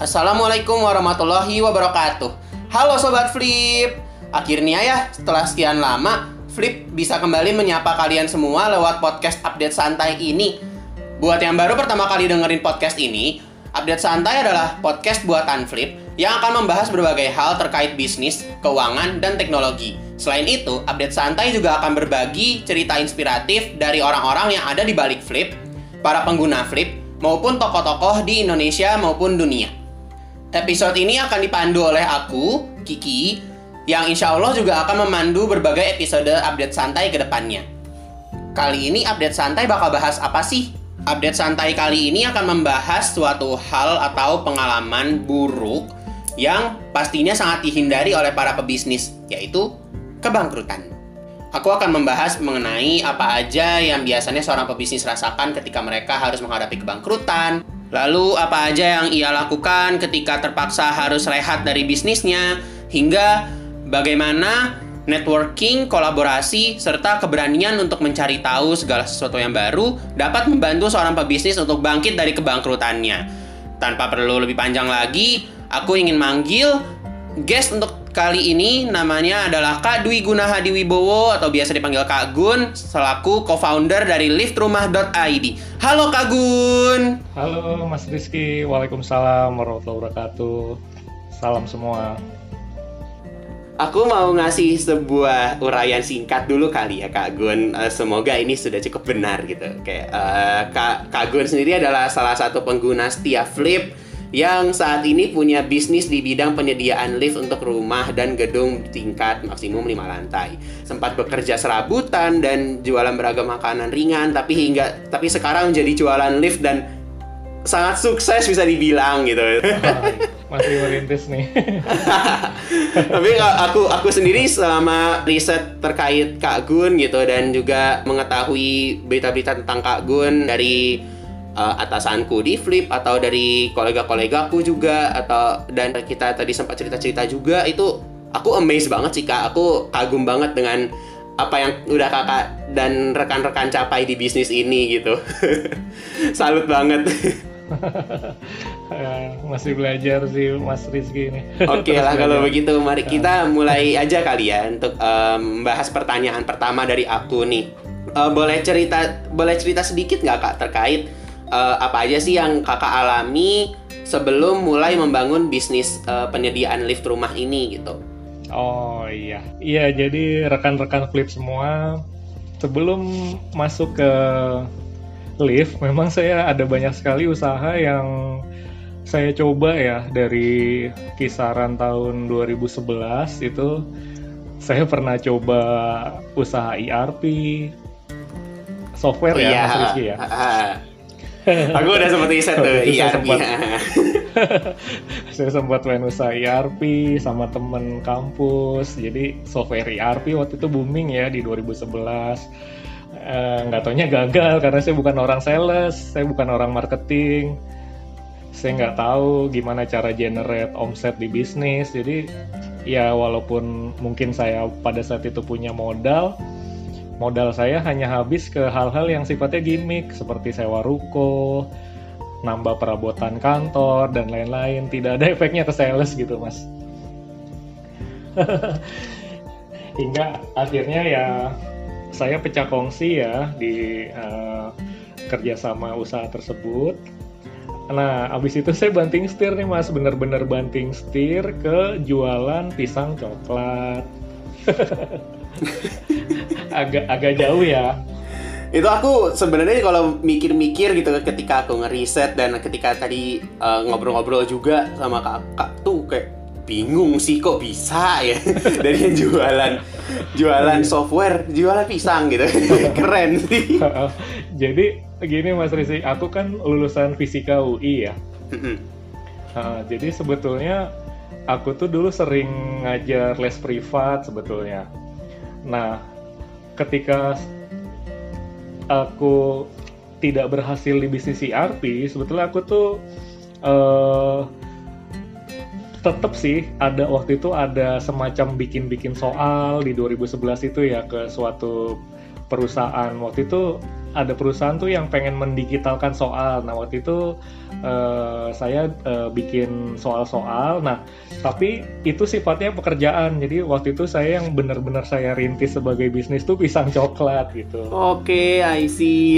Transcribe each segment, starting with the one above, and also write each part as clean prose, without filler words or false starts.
Assalamualaikum warahmatullahi wabarakatuh. Halo Sobat Flip. Akhirnya ya, setelah sekian lama, Flip bisa kembali menyapa kalian semua lewat podcast Update Santai ini. Buat yang baru pertama kali dengerin podcast ini, Update Santai adalah podcast buatan Flip yang akan membahas berbagai hal terkait bisnis, keuangan, dan teknologi. Selain itu, Update Santai juga akan berbagi cerita inspiratif dari orang-orang yang ada di balik Flip, para pengguna Flip, maupun tokoh-tokoh di Indonesia maupun dunia. Episode ini akan dipandu oleh aku, Kiki, yang insya Allah juga akan memandu berbagai episode Update Santai ke depannya. Kali ini Update Santai bakal bahas apa sih? Update Santai kali ini akan membahas suatu hal atau pengalaman buruk yang pastinya sangat dihindari oleh para pebisnis, yaitu kebangkrutan. Aku akan membahas mengenai apa aja yang biasanya seorang pebisnis rasakan ketika mereka harus menghadapi kebangkrutan. Lalu apa aja yang ia lakukan ketika terpaksa harus rehat dari bisnisnya, hingga bagaimana networking, kolaborasi, serta keberanian untuk mencari tahu segala sesuatu yang baru dapat membantu seorang pebisnis untuk bangkit dari kebangkrutannya. Tanpa perlu lebih panjang lagi, aku ingin manggil guest untuk kali ini, namanya adalah Kak Dwi Gunahadi Wibowo atau biasa dipanggil Kak Gun, selaku co-founder dari liftrumah.id. Halo Kak Gun. Halo Mas Rizky, waalaikumsalam warahmatullahi wabarakatuh. Salam semua. Aku mau ngasih sebuah uraian singkat dulu kali ya Kak Gun. Semoga ini sudah cukup benar gitu. Kak Gun sendiri adalah salah satu pengguna setia Flip yang saat ini punya bisnis di bidang penyediaan lift untuk rumah dan gedung tingkat maksimum 5 lantai. Sempat bekerja serabutan dan jualan beragam makanan ringan, tapi sekarang menjadi jualan lift dan sangat sukses bisa dibilang gitu. Masih merintis nih. Tapi aku sendiri selama riset terkait Kak Gun gitu dan juga mengetahui berita-berita tentang Kak Gun dari atasanku di Flip atau dari kolega-kolegaku juga dan kita tadi sempat cerita-cerita juga, itu aku amazed banget sih Kak. Aku kagum banget dengan apa yang udah Kakak dan rekan-rekan capai di bisnis ini gitu. Salut banget. Masih belajar sih Mas Rizky ini. Oke lah kalau begitu, mari kita mulai aja kali ya untuk membahas pertanyaan pertama dari aku nih. Boleh cerita sedikit nggak Kak terkait apa aja sih yang Kakak alami sebelum mulai membangun bisnis penyediaan lift rumah ini gitu? Oh iya, jadi rekan-rekan Flip semua, sebelum masuk ke lift, memang saya ada banyak sekali usaha yang saya coba ya. Dari kisaran tahun 2011 itu saya pernah coba usaha ERP, software ya Mas Rizky ya. Aku udah sempat riset tuh ERP. Saya sempat main usaha ERP sama temen kampus. Jadi software ERP waktu itu booming ya di 2011. Nggak taunya gagal karena saya bukan orang sales, saya bukan orang marketing. Saya nggak tahu gimana cara generate omset di bisnis. Jadi ya walaupun mungkin saya pada saat itu punya modal saya hanya habis ke hal-hal yang sifatnya gimmick seperti sewa ruko, nambah perabotan kantor, dan lain-lain. Tidak ada efeknya ke sales gitu Mas. Hingga akhirnya ya saya pecah kongsi ya di kerjasama usaha tersebut. Nah abis itu saya banting setir nih Mas, bener-bener banting setir ke jualan pisang coklat. agak jauh ya. Itu aku sebenarnya kalau mikir-mikir gitu ketika aku ngeriset dan ketika tadi ngobrol-ngobrol juga sama kakak tuh kayak bingung sih kok bisa ya dari yang jualan software jualan pisang gitu. Keren sih. Jadi gini Mas Rizky, aku kan lulusan fisika UI ya. Jadi sebetulnya aku tuh dulu sering ngajar les privat sebetulnya. Nah, ketika aku tidak berhasil di bisnis ERP, sebetulnya aku tuh tetap sih waktu itu ada semacam bikin soal di 2011 itu ya ke suatu perusahaan. Waktu itu ada perusahaan tuh yang pengen mendigitalkan soal. Nah waktu itu saya bikin soal-soal. Nah tapi itu sifatnya pekerjaan. Jadi waktu itu saya yang benar-benar saya rintis sebagai bisnis tuh pisang coklat gitu. Oke, I see.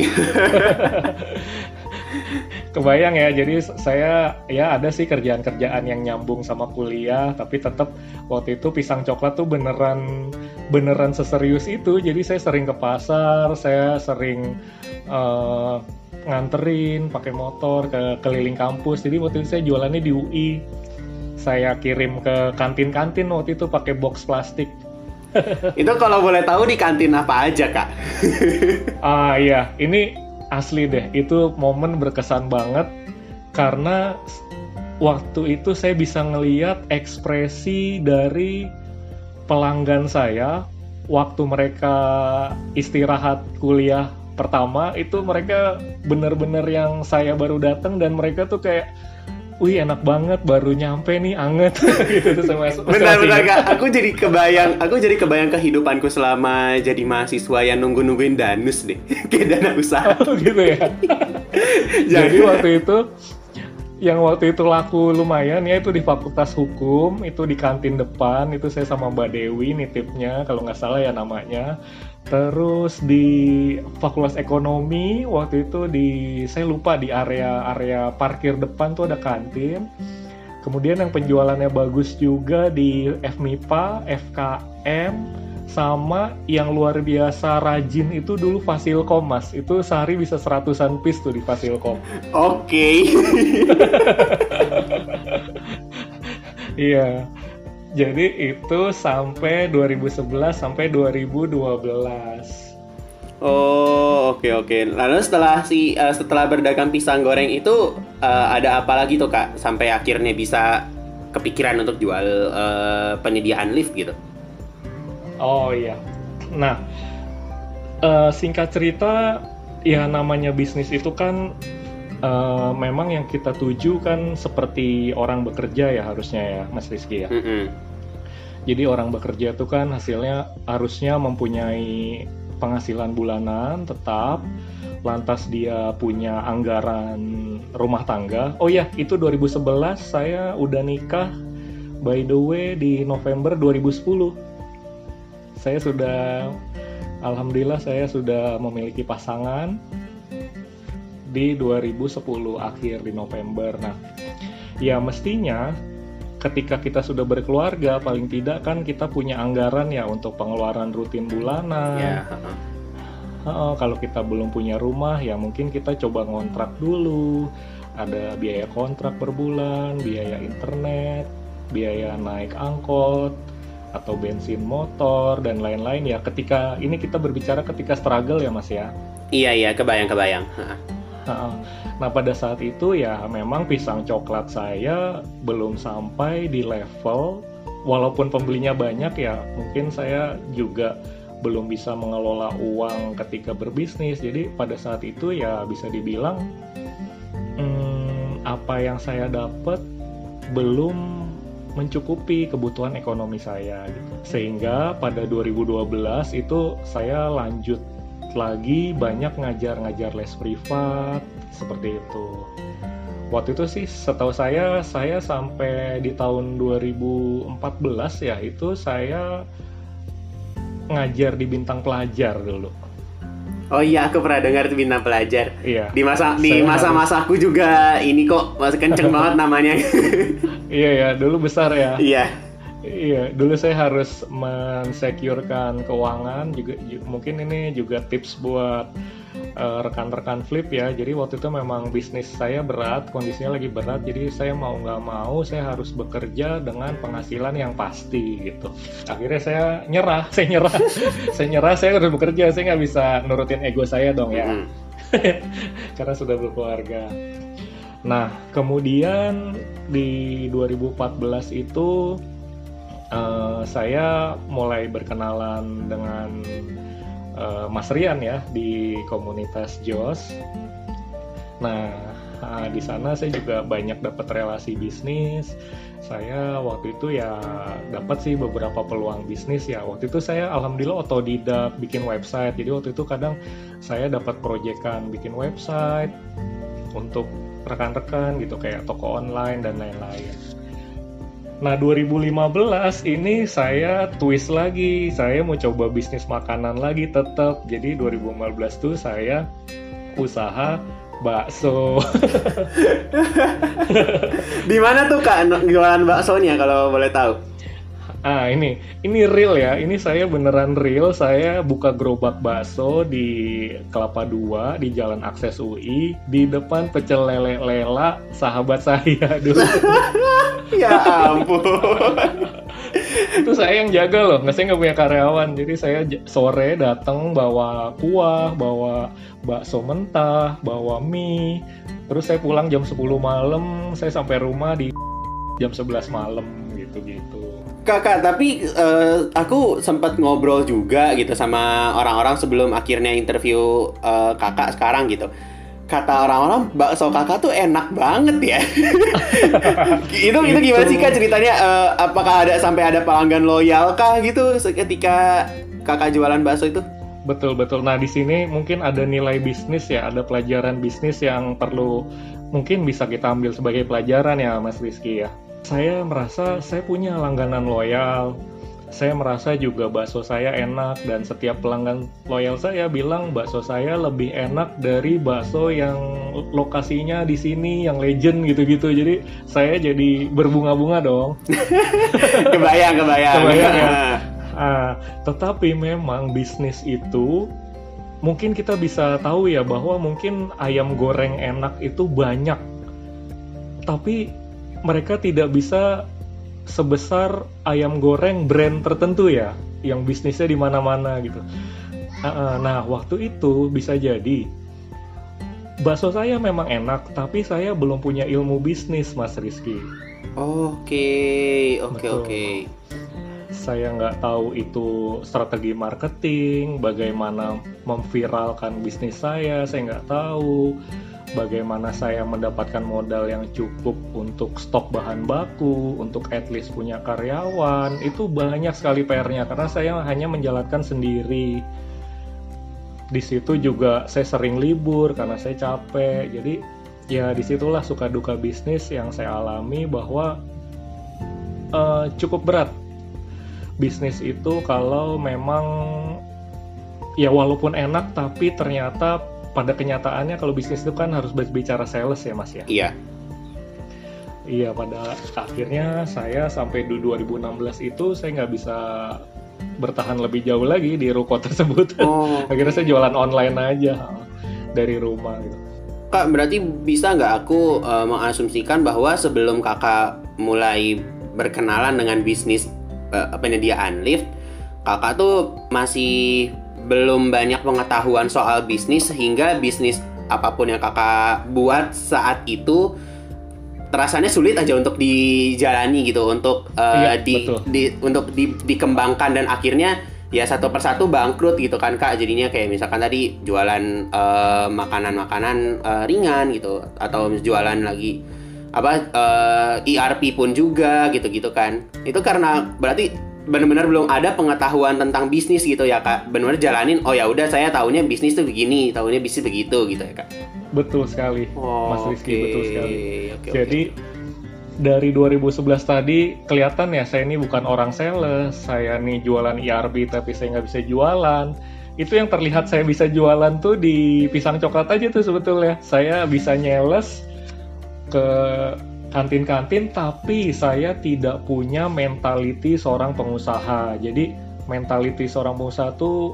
Kebayang ya, jadi saya ya ada sih kerjaan-kerjaan yang nyambung sama kuliah, tapi tetap waktu itu pisang coklat tuh beneran seserius itu. Jadi saya sering ke pasar, saya sering nganterin pakai motor ke keliling kampus. Jadi waktu itu saya jualannya di UI. Saya kirim ke kantin-kantin waktu itu pakai box plastik. Itu kalau boleh tahu di kantin apa aja, Kak? Iya, ini asli deh, itu momen berkesan banget karena waktu itu saya bisa ngeliat ekspresi dari pelanggan saya waktu mereka istirahat kuliah pertama. Itu mereka bener-bener yang saya baru datang dan mereka tuh kayak, wih enak banget, baru nyampe nih, anget. Gitu tuh saya masuk. Benar-benar Kak, aku jadi kebayang kehidupanku selama jadi mahasiswa yang nungguin danus deh, kayak dana usaha. Gitu ya. Jadi waktu itu laku lumayan ya, itu di Fakultas Hukum, itu di kantin depan, itu saya sama Mbak Dewi nitipnya, kalau nggak salah ya namanya. Terus di Fakultas Ekonomi waktu itu saya lupa, di area parkir depan tuh ada kantin. Kemudian yang penjualannya bagus juga di FMIPA, FKM, sama yang luar biasa rajin itu dulu Fasilkom, Mas. Itu sehari bisa 100-an piece tuh di Fasilkom. Oke. Iya. Jadi itu sampai 2011 sampai 2012. Oh, oke. Lalu setelah berdagang pisang goreng itu ada apa lagi tuh, Kak, sampai akhirnya bisa kepikiran untuk jual penyediaan lift gitu? Oh iya. Nah, singkat cerita, ya namanya bisnis itu kan memang yang kita tuju kan seperti orang bekerja ya harusnya ya, Mas Rizky ya. Jadi orang bekerja itu kan hasilnya harusnya mempunyai penghasilan bulanan tetap, lantas dia punya anggaran rumah tangga. Oh ya, itu 2011 saya udah nikah, by the way, di November 2010. Alhamdulillah saya sudah memiliki pasangan di 2010 akhir, di November. Nah, ya mestinya ketika kita sudah berkeluarga, paling tidak kan kita punya anggaran ya untuk pengeluaran rutin bulanan. Kalau kita belum punya rumah, ya mungkin kita coba ngontrak dulu. Ada biaya kontrak per bulan, biaya internet, biaya naik angkot, atau bensin motor, dan lain-lain ya. Ketika ini kita berbicara ketika struggle ya, Mas ya. Iya, kebayang. Nah pada saat itu ya memang pisang coklat saya belum sampai di level, walaupun pembelinya banyak ya, mungkin saya juga belum bisa mengelola uang ketika berbisnis. Jadi pada saat itu ya bisa dibilang apa yang saya dapat belum mencukupi kebutuhan ekonomi saya gitu. Sehingga pada 2012 itu saya lanjut lagi banyak ngajar les privat seperti itu. Waktu itu sih setahu saya sampai di tahun 2014 ya, itu saya ngajar di Bintang Pelajar dulu. Oh iya, aku pernah dengar tuh Bintang Pelajar. Iya. Di masa-masaku juga ini kok masih kenceng banget namanya. Iya ya, dulu besar ya. Iya, dulu saya harus mensecurekan keuangan juga. Mungkin ini juga tips buat rekan-rekan flip ya. Jadi waktu itu memang bisnis saya berat, kondisinya lagi berat. Jadi saya mau nggak mau saya harus bekerja dengan penghasilan yang pasti gitu. Akhirnya saya nyerah. Saya harus bekerja. Saya nggak bisa nurutin ego saya dong ya. Karena sudah berkeluarga. Nah, kemudian di 2014 itu saya mulai berkenalan dengan Mas Rian ya di komunitas JOS. Nah, Nah, di sana saya juga banyak dapat relasi bisnis. Saya waktu itu ya dapat sih beberapa peluang bisnis ya. Waktu itu saya alhamdulillah otodidak bikin website. Jadi waktu itu kadang saya dapat proyekan bikin website untuk rekan-rekan gitu kayak toko online dan lain-lain. Nah 2015 ini saya twist lagi. Saya mau coba bisnis makanan lagi tetap. Jadi 2015 tuh saya usaha bakso. Di mana tuh Kak jualan baksonya kalau boleh tahu? Ini real ya. Ini saya beneran real. Saya buka gerobak bakso di Kelapa 2 di Jalan Akses UI di depan pecel lele Lela sahabat saya dulu. Ya ampun. Itu saya yang jaga loh, saya nggak punya karyawan. Jadi saya sore datang bawa kuah, bawa bakso mentah, bawa mie. Terus saya pulang jam 10 malam, saya sampai rumah di jam 11 malam gitu-gitu. Kakak, tapi aku sempat ngobrol juga gitu sama orang-orang sebelum akhirnya interview kakak sekarang gitu. Kata orang-orang bakso kakak tuh enak banget ya. itu gimana sih Kak ceritanya? Apakah sampai ada pelanggan loyal kah gitu ketika kakak jualan bakso itu? Betul. Nah di sini mungkin ada nilai bisnis ya, ada pelajaran bisnis yang perlu mungkin bisa kita ambil sebagai pelajaran ya Mas Rizky ya. Saya merasa saya punya langganan loyal. Saya merasa juga bakso saya enak dan setiap pelanggan loyal saya bilang bakso saya lebih enak dari bakso yang lokasinya di sini yang legend gitu-gitu. Jadi saya jadi berbunga-bunga dong. Kebayang ya. Tetapi memang bisnis itu mungkin kita bisa tahu ya bahwa mungkin ayam goreng enak itu banyak. Tapi mereka tidak bisa sebesar ayam goreng brand tertentu ya, yang bisnisnya di mana-mana gitu. Nah, waktu itu bisa jadi bakso saya memang enak, tapi saya belum punya ilmu bisnis, Mas Rizky. Oke. Saya nggak tahu itu strategi marketing, bagaimana memviralkan bisnis saya nggak tahu. Bagaimana saya mendapatkan modal yang cukup untuk stok bahan baku, untuk at least punya karyawan, itu banyak sekali PR-nya karena saya hanya menjalankan sendiri. Di situ juga saya sering libur karena saya capek. Jadi ya disitulah suka duka bisnis yang saya alami bahwa cukup berat. Bisnis itu kalau memang ya walaupun enak tapi ternyata pada kenyataannya kalau bisnis itu kan harus berbicara sales ya Mas ya. Iya, pada akhirnya saya sampai 2016 itu saya nggak bisa bertahan lebih jauh lagi di ruko tersebut. Akhirnya saya jualan online aja dari rumah gitu. Kak, berarti bisa nggak aku mengasumsikan bahwa sebelum kakak mulai berkenalan dengan bisnis penyediaan lift, kakak tuh masih belum banyak pengetahuan soal bisnis sehingga bisnis apapun yang kakak buat saat itu terasanya sulit aja untuk dijalani gitu, untuk untuk dikembangkan dan akhirnya ya satu persatu bangkrut gitu kan Kak. Jadinya kayak misalkan tadi jualan makanan-makanan ringan gitu atau jualan lagi ERP pun juga gitu-gitu kan. Itu karena berarti benar-benar belum ada pengetahuan tentang bisnis gitu ya Kak. Benar-benar jalanin, oh ya udah saya taunya bisnis tuh begini, taunya bisnis begitu gitu ya Kak. Betul sekali, Mas Rizky, betul sekali. Jadi dari 2011 tadi kelihatan ya saya ini bukan orang sales, saya nih jualan ERP tapi saya nggak bisa jualan. Itu yang terlihat saya bisa jualan tuh di pisang coklat aja tuh sebetulnya. Saya bisa nyales ke kantin-kantin, tapi saya tidak punya mentality seorang pengusaha. Jadi mentality seorang pengusaha tuh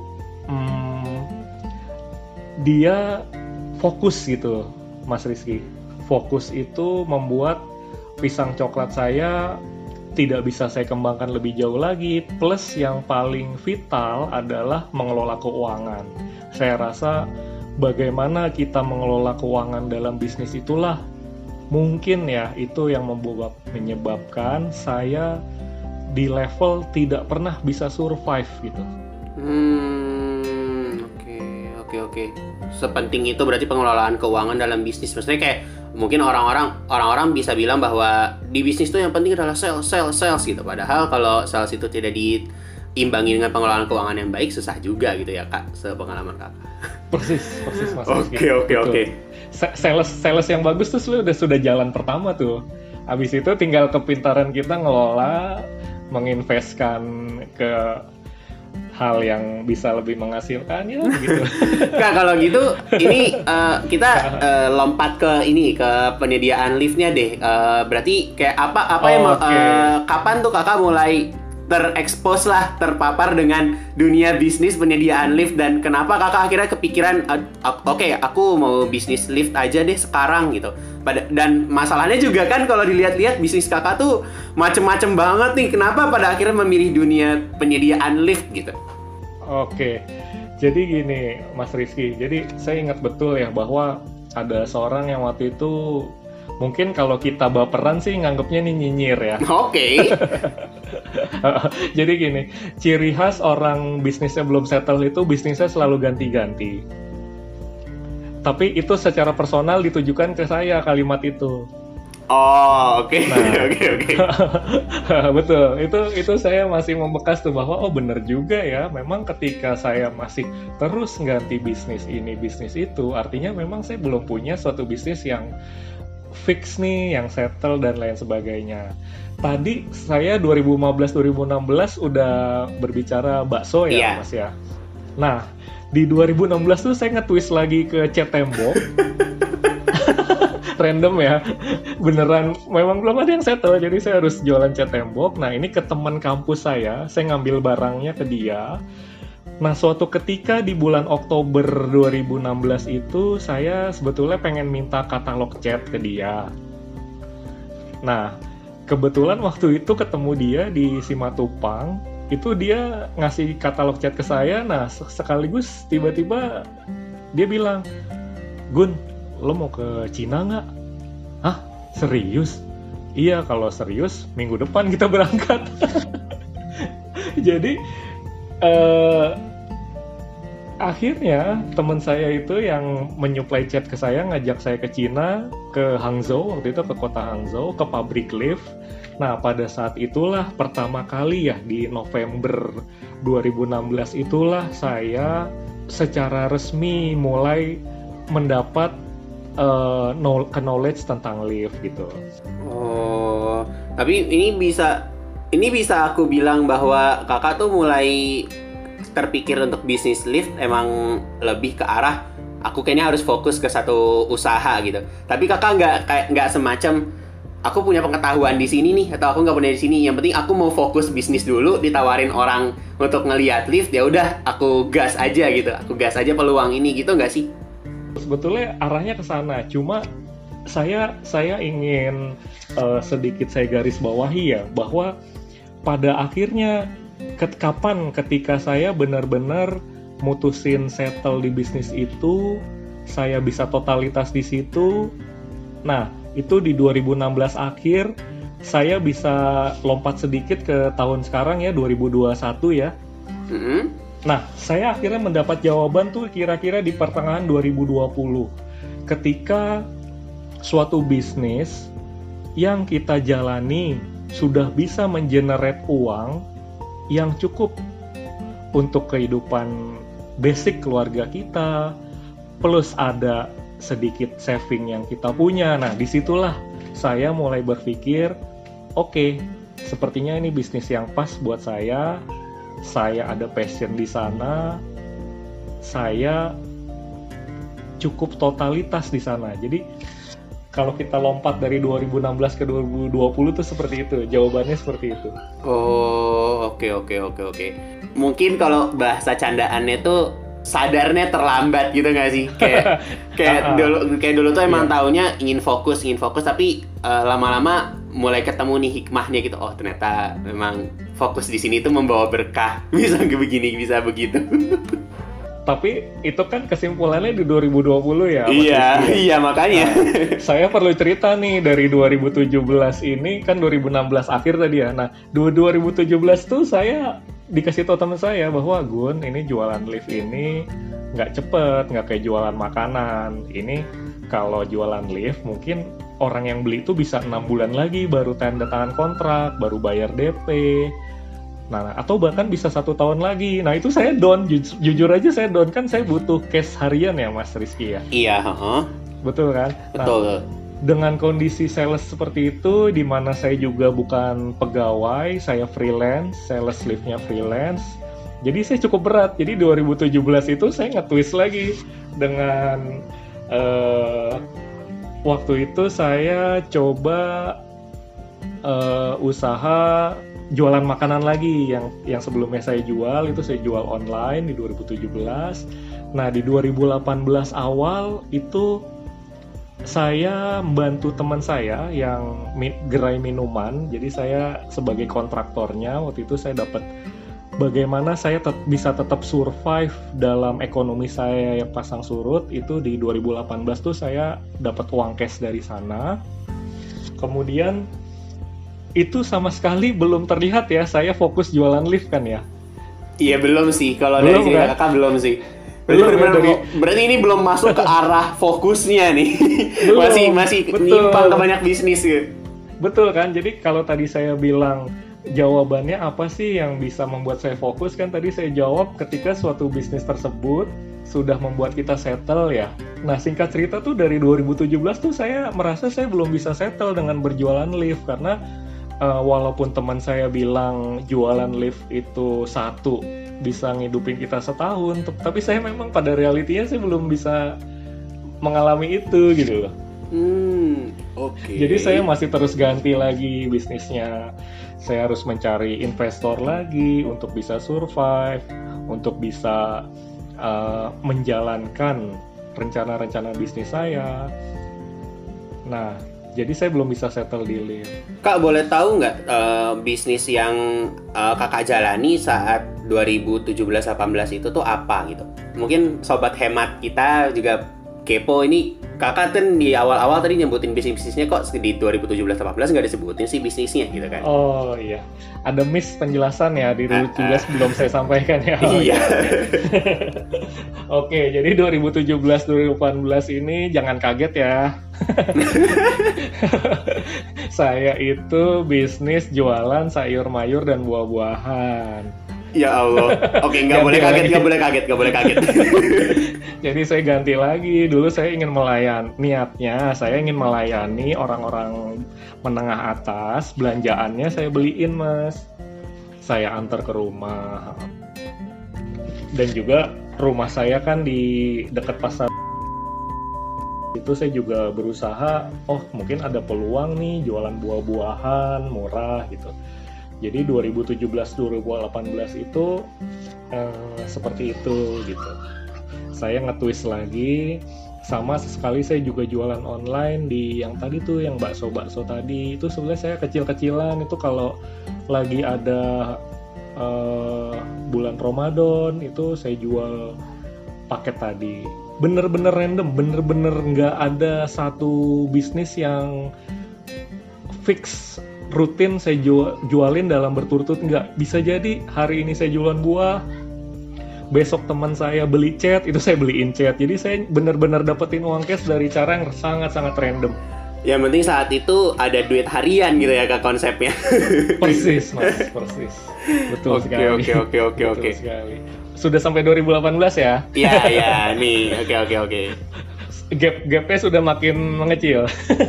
dia fokus gitu, Mas Rizky. Fokus itu membuat pisang coklat saya tidak bisa saya kembangkan lebih jauh lagi. Plus yang paling vital adalah mengelola keuangan. Saya rasa bagaimana kita mengelola keuangan dalam bisnis itulah mungkin ya itu yang menyebabkan saya di level tidak pernah bisa survive gitu. Oke. Sepenting itu berarti pengelolaan keuangan dalam bisnis. Maksudnya kayak mungkin orang-orang bisa bilang bahwa di bisnis tuh yang penting adalah sales gitu. Padahal kalau sales itu tidak diimbangi dengan pengelolaan keuangan yang baik, susah juga gitu ya Kak, sepengalaman Kakak. Persis Mas. Oke. Sales yang bagus tuh sudah jalan pertama tuh. Habis itu tinggal kepintaran kita ngelola, menginvestkan ke hal yang bisa lebih menghasilkan ya gitu. Kak, kalau gitu ini kita lompat ke penyediaan liftnya deh. Berarti kayak apa yang kapan tuh Kakak mulai terpapar dengan dunia bisnis penyediaan lift, dan kenapa Kakak akhirnya kepikiran oke, aku mau bisnis lift aja deh sekarang gitu. Dan masalahnya juga kan kalau dilihat-lihat bisnis Kakak tuh macem-macem banget nih. Kenapa pada akhirnya memilih dunia penyediaan lift gitu? Oke. Jadi gini Mas Rizky, jadi saya ingat betul ya bahwa ada seorang yang waktu itu mungkin kalau kita baperan sih nganggapnya nih nyinyir ya. Oke. Jadi gini, ciri khas orang bisnisnya belum settle itu bisnisnya selalu ganti-ganti. Tapi itu secara personal ditujukan ke saya kalimat itu. Oh, oke. Nah, Oke. betul. Itu saya masih membekas tuh bahwa bener juga ya. Memang ketika saya masih terus ganti bisnis ini, bisnis itu, artinya memang saya belum punya suatu bisnis yang fix nih, yang settle dan lain sebagainya. Tadi saya 2015-2016 udah berbicara bakso ya, Mas ya. Nah, di 2016 tuh saya nge-twist lagi ke cat tembok. Random ya, beneran memang belum ada yang settle, jadi saya harus jualan cat tembok. Nah, ini ke teman kampus saya ngambil barangnya ke dia. Nah, suatu ketika di bulan Oktober 2016 itu saya sebetulnya pengen minta katalog cat ke dia. Nah, kebetulan waktu itu ketemu dia di Simatupang, itu dia ngasih katalog cat ke saya. Nah, sekaligus tiba-tiba dia bilang, "Gun, lo mau ke Cina nggak?" "Hah? Serius?" "Iya, kalau serius minggu depan kita berangkat." Jadi akhirnya teman saya itu yang menyuplai cat ke saya ngajak saya ke Cina, ke Hangzhou, waktu itu ke kota Hangzhou, ke pabrik lift. Nah, pada saat itulah pertama kali ya di November 2016 itulah saya secara resmi mulai mendapat knowledge tentang lift gitu. Oh, tapi ini bisa aku bilang bahwa Kakak tuh mulai terpikir untuk bisnis lift emang lebih ke arah aku kayaknya harus fokus ke satu usaha gitu. Tapi Kakak nggak semacam aku punya pengetahuan di sini nih, atau aku nggak punya di sini. Yang penting aku mau fokus bisnis dulu, ditawarin orang untuk ngelihat lift, ya udah aku gas aja gitu. Aku gas aja peluang ini gitu, nggak sih? Sebetulnya arahnya ke sana. Cuma saya ingin sedikit saya garis bawahi ya bahwa pada akhirnya kapan ketika saya benar-benar mutusin settle di bisnis itu, saya bisa totalitas di situ. Nah, itu di 2016 akhir saya bisa lompat sedikit ke tahun sekarang ya, 2021 ya. Nah, saya akhirnya mendapat jawaban tuh kira-kira di pertengahan 2020. Ketika suatu bisnis yang kita jalani sudah bisa mengenerate uang yang cukup untuk kehidupan basic keluarga kita, plus ada sedikit saving yang kita punya. Nah, disitulah saya mulai berpikir, oke, sepertinya ini bisnis yang pas buat saya ada passion di sana, saya cukup totalitas di sana. Jadi kalau kita lompat dari 2016 ke 2020 tuh seperti itu, jawabannya seperti itu. Oh, oke. Mungkin kalau bahasa candaannya tuh sadarnya terlambat gitu nggak sih? Kayak dulu tuh emang taunya ingin fokus, tapi lama-lama mulai ketemu nih hikmahnya gitu. Oh, ternyata memang fokus di sini tuh membawa berkah. Bisa begini, bisa begitu. Tapi itu kan kesimpulannya di 2020 ya. Iya makanya. Nah, saya perlu cerita nih dari 2017 ini kan 2016 akhir tadi ya. Nah, 2017 tuh saya dikasih tahu teman saya bahwa Gun, ini jualan lift ini nggak cepet, nggak kayak jualan makanan. Ini kalau jualan lift mungkin orang yang beli itu bisa 6 bulan lagi baru tanda tangan kontrak, baru bayar DP. Nah, atau bahkan bisa 1 tahun lagi. Nah, itu saya down, jujur aja saya down, kan saya butuh cash harian ya Mas Rizky ya. Iya, Betul kan? betul. Nah, dengan kondisi sales seperti itu, di mana saya juga bukan pegawai, saya freelance, sales liftnya freelance. Jadi saya cukup berat. Jadi 2017 itu saya nge-twist lagi dengan waktu itu saya coba usaha jualan makanan lagi yang sebelumnya saya jual, itu saya jual online di 2017. Nah, di 2018 awal itu saya membantu teman saya yang gerai minuman. Jadi saya sebagai kontraktornya waktu itu saya dapat bagaimana saya bisa tetap survive dalam ekonomi saya yang pasang surut. Itu di 2018 tuh saya dapat uang cash dari sana. Kemudian itu sama sekali belum terlihat ya, saya fokus jualan lift kan ya. Iya, belum sih, kalau dari kan? kakak belum sih. Berarti ini belum masuk ke arah fokusnya nih. masih nyimpang ke banyak bisnis gitu. Betul kan? Jadi kalau tadi saya bilang jawabannya apa sih yang bisa membuat saya fokus, kan tadi saya jawab ketika suatu bisnis tersebut sudah membuat kita settle ya. Nah, singkat cerita tuh dari 2017 tuh saya merasa saya belum bisa settle dengan berjualan lift, karena walaupun teman saya bilang jualan lift itu bisa ngidupin kita setahun, tapi saya memang pada realitinya saya belum bisa mengalami itu gitu loh. Okay. Jadi saya masih terus ganti lagi bisnisnya. Saya harus mencari investor lagi untuk bisa survive, untuk bisa menjalankan rencana-rencana bisnis saya. Nah, jadi saya belum bisa settle di lift. Kak, boleh tahu nggak bisnis yang kakak jalani saat 2017-18 itu tuh apa gitu? Mungkin sobat hemat kita juga kepo, ini kakak kan di awal-awal tadi nyebutin bisnisnya, kok di 2017-18 nggak disebutin sih bisnisnya gitu kan? Oh iya, ada miss penjelasan ya di 2017 belum saya sampaikan ya. Iya. Oke, jadi 2017-2018 ini jangan kaget ya. Saya itu bisnis jualan sayur mayur dan buah-buahan. Ya Allah. Oke, nggak boleh kaget. Jadi saya ganti lagi. Dulu saya ingin saya ingin melayani orang-orang menengah atas. Belanjaannya saya beliin, Mas. Saya antar ke rumah. Dan juga rumah saya kan di dekat pasar. Itu saya juga berusaha, mungkin ada peluang nih jualan buah-buahan murah gitu. Jadi 2017-2018 itu seperti itu gitu. Saya nge-twist lagi, sama sekali saya juga jualan online di yang tadi tuh, yang bakso-bakso tadi. Itu sebenarnya saya kecil-kecilan, itu kalau lagi ada bulan Ramadan itu saya jual paket tadi. Bener-bener random, bener-bener nggak ada satu bisnis yang fix rutin saya jualin dalam berturut-turut, nggak. Bisa jadi hari ini saya jualan buah, besok teman saya beli cat, itu saya beliin cat. Jadi saya benar-benar dapetin uang cash dari cara yang sangat-sangat random. Yang penting saat itu ada duit harian gitu ya, Kak, konsepnya. Persis, Mas, persis. Betul sekali. Oke. Sekali. Sudah sampai 2018 ya? Iya, nih. Oke. Gapnya sudah makin mengecil.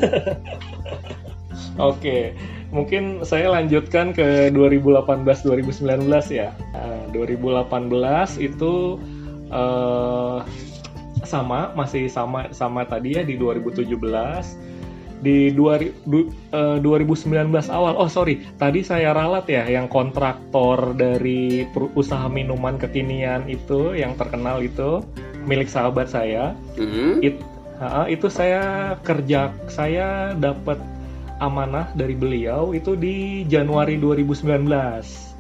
Oke, mungkin saya lanjutkan ke 2018-2019 ya. 2018 itu masih sama tadi ya, di 2017. Di 2019 awal, tadi saya ralat ya, yang kontraktor dari usaha minuman kekinian itu, yang terkenal itu, milik sahabat saya. Itu saya dapat amanah dari beliau itu di Januari 2019.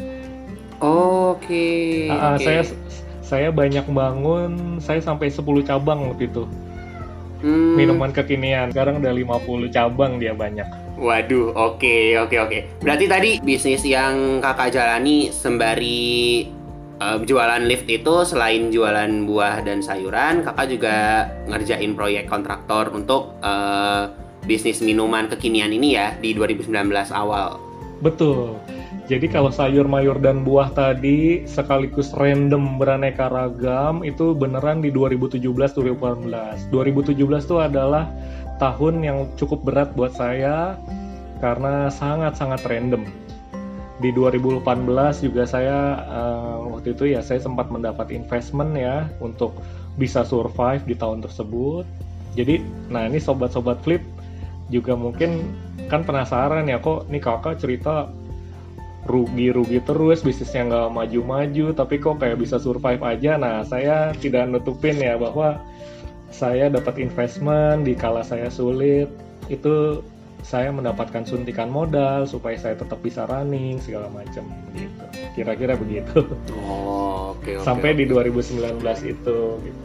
Oke. Saya banyak bangun, saya sampai 10 cabang waktu itu. Minuman kekinian. Sekarang udah 50 cabang dia banyak. Waduh, oke. Berarti tadi bisnis yang kakak jalani sembari jualan lift itu selain jualan buah dan sayuran, kakak juga ngerjain proyek kontraktor untuk bisnis minuman kekinian ini ya di 2019 awal. Betul. Jadi kalau sayur, mayur, dan buah tadi sekaligus random beraneka ragam itu beneran di 2017-2018. 2017 itu adalah tahun yang cukup berat buat saya karena sangat-sangat random. Di 2018 juga saya waktu itu ya saya sempat mendapat investment ya untuk bisa survive di tahun tersebut. Jadi, nah ini sobat-sobat Flip juga mungkin kan penasaran ya, kok nih kakak cerita rugi terus, bisnisnya nggak maju-maju, tapi kok kayak bisa survive aja. Nah, saya tidak nutupin ya bahwa saya dapat investment di kala saya sulit, itu saya mendapatkan suntikan modal supaya saya tetap bisa running segala macam gitu. Kira-kira begitu. Oh, oke. Sampai di 2019 itu gitu.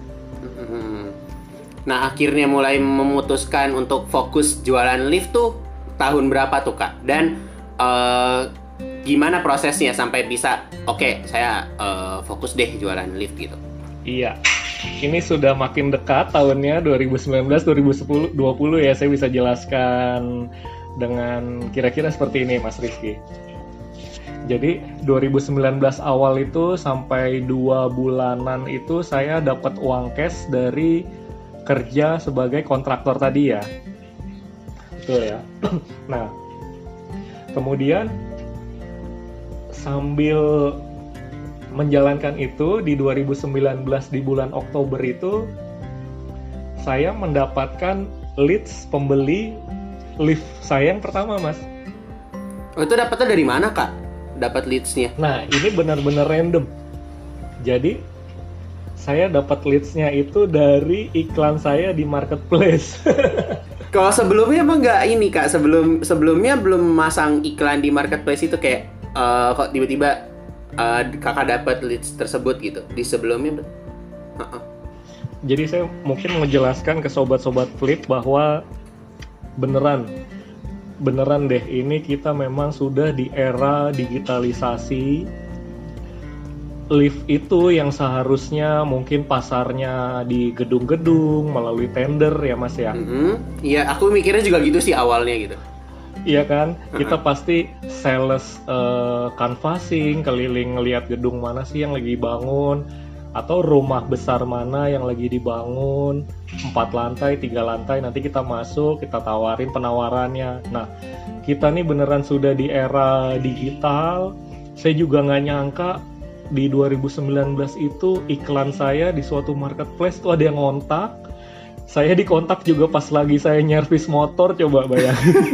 Nah, akhirnya mulai memutuskan untuk fokus jualan lift tuh tahun berapa tuh, Kak? Dan gimana prosesnya sampai bisa oke, saya fokus deh jualan lift gitu? Iya. Ini sudah makin dekat tahunnya 2019-2020 ya, saya bisa jelaskan dengan kira-kira seperti ini Mas Rizky. Jadi 2019 awal itu sampai 2 bulanan itu saya dapat uang cash dari kerja sebagai kontraktor tadi ya. Betul ya. Nah, kemudian sambil menjalankan itu di 2019 di bulan Oktober itu saya mendapatkan leads pembeli lift saya yang pertama, Mas. Oh, itu dapatnya dari mana, Kak? Dapat leads-nya? Nah, ini benar-benar random. Jadi saya dapat leads-nya itu dari iklan saya di marketplace. Kalau sebelumnya emang nggak ini, Kak? Sebelumnya belum masang iklan di marketplace itu kayak kok tiba-tiba kakak dapat leads tersebut gitu di sebelumnya. Jadi saya mungkin menjelaskan ke sobat-sobat Flip bahwa beneran deh ini kita memang sudah di era digitalisasi. Lift itu yang seharusnya mungkin pasarnya di gedung-gedung melalui tender ya Mas ya. Iya, aku mikirnya juga gitu sih awalnya gitu. Iya kan, kita pasti sales canvassing, keliling ngelihat gedung mana sih yang lagi bangun, atau rumah besar mana yang lagi dibangun, 4 lantai, 3 lantai, nanti kita masuk, kita tawarin penawarannya. Nah, kita nih beneran sudah di era digital. Saya juga nggak nyangka di 2019 itu iklan saya di suatu marketplace tuh ada yang ngontak. Saya dikontak juga pas lagi saya nyervis motor, coba bayangin.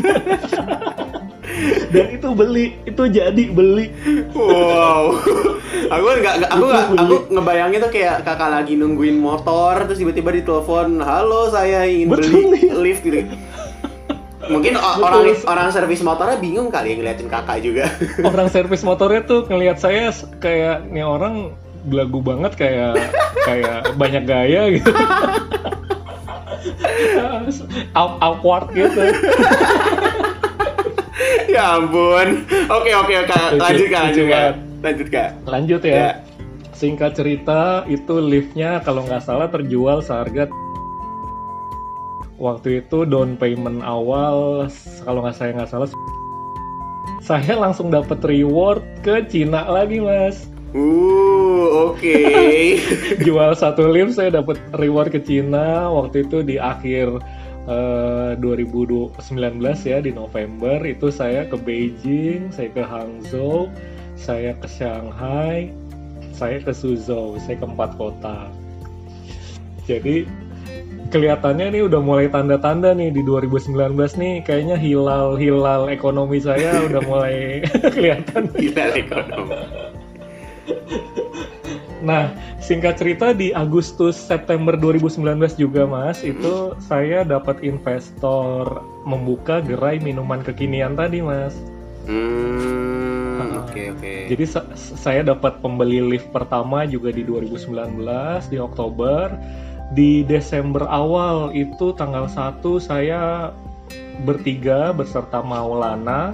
Dan itu jadi beli. Wow. Aku ngebayangin tuh kayak kakak lagi nungguin motor terus tiba-tiba ditelepon, "Halo, saya ingin beli lift" gitu. Mungkin orang servis motornya bingung kali ya ngeliatin kakak juga. Orang servis motornya tuh ngeliat saya kayak nih orang belagu banget, kayak banyak gaya gitu. Awkward gitu. Ya ampun. Oke, Kak. Lanjut, Kak. Lanjut ya. Singkat cerita, itu liftnya kalau nggak salah terjual seharga waktu itu down payment awal kalau nggak salah saya langsung dapat reward ke Cina lagi, Mas. Oke. Jual satu lift saya dapat reward ke Cina waktu itu di akhir 2019 ya, di November itu saya ke Beijing, saya ke Hangzhou, saya ke Shanghai, saya ke Suzhou, saya ke 4 kota. Jadi kelihatannya nih udah mulai tanda-tanda nih di 2019 nih kayaknya hilal ekonomi saya udah mulai kelihatan. Hilal ekonomi. Nah, singkat cerita di Agustus September 2019 juga Mas, itu saya dapat investor membuka gerai minuman kekinian tadi Mas. Oke. Jadi saya dapat pembeli lift pertama juga di 2019 di Oktober. Di Desember awal itu tanggal 1 saya bertiga beserta Maulana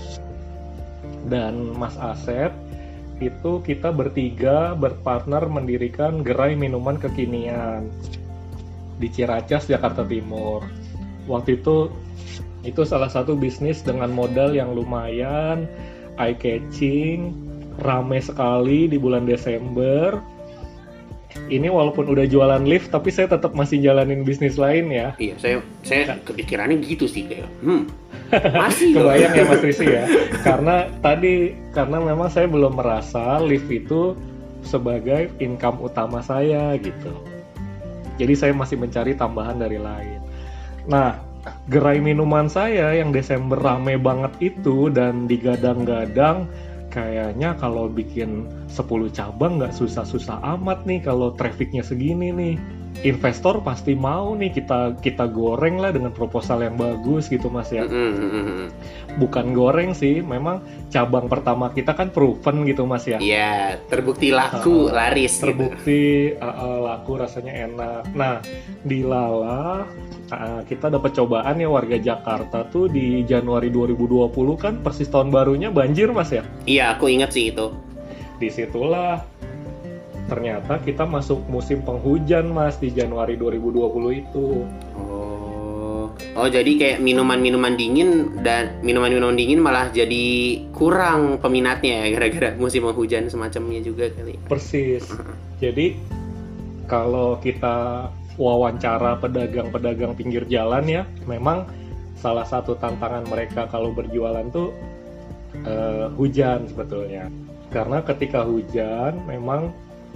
dan Mas Asep, itu kita bertiga berpartner mendirikan gerai minuman kekinian di Ciracas, Jakarta Timur. Waktu itu salah satu bisnis dengan modal yang lumayan, eye catching, rame sekali di bulan Desember. Ini walaupun udah jualan lift, tapi saya tetap masih jalanin bisnis lain ya. Iya, saya kepikirannya gitu sih kayak, masih kebayang ya Mas Rizky ya. Karena memang saya belum merasa lift itu sebagai income utama saya gitu. Jadi saya masih mencari tambahan dari lain. Nah, gerai minuman saya yang Desember rame banget itu dan digadang-gadang, kayaknya kalau bikin 10 cabang nggak susah-susah amat nih kalau trafficnya segini nih. Investor pasti mau nih kita goreng lah dengan proposal yang bagus gitu Mas ya. Bukan goreng sih, memang cabang pertama kita kan proven gitu Mas ya. Iya, terbukti laku, laris. Terbukti laku, rasanya enak. Nah, di Lala kita dapat cobaan ya warga Jakarta tuh di Januari 2020 kan persis tahun barunya banjir Mas ya. Iya, aku ingat sih itu. Disitulah ternyata kita masuk musim penghujan Mas di Januari 2020 itu. Oh, jadi kayak minuman-minuman dingin malah jadi kurang peminatnya ya gara-gara musim penghujan semacamnya juga kali. Persis. Jadi kalau kita wawancara pedagang-pedagang pinggir jalan ya, memang salah satu tantangan mereka kalau berjualan tuh hujan sebetulnya. Karena ketika hujan memang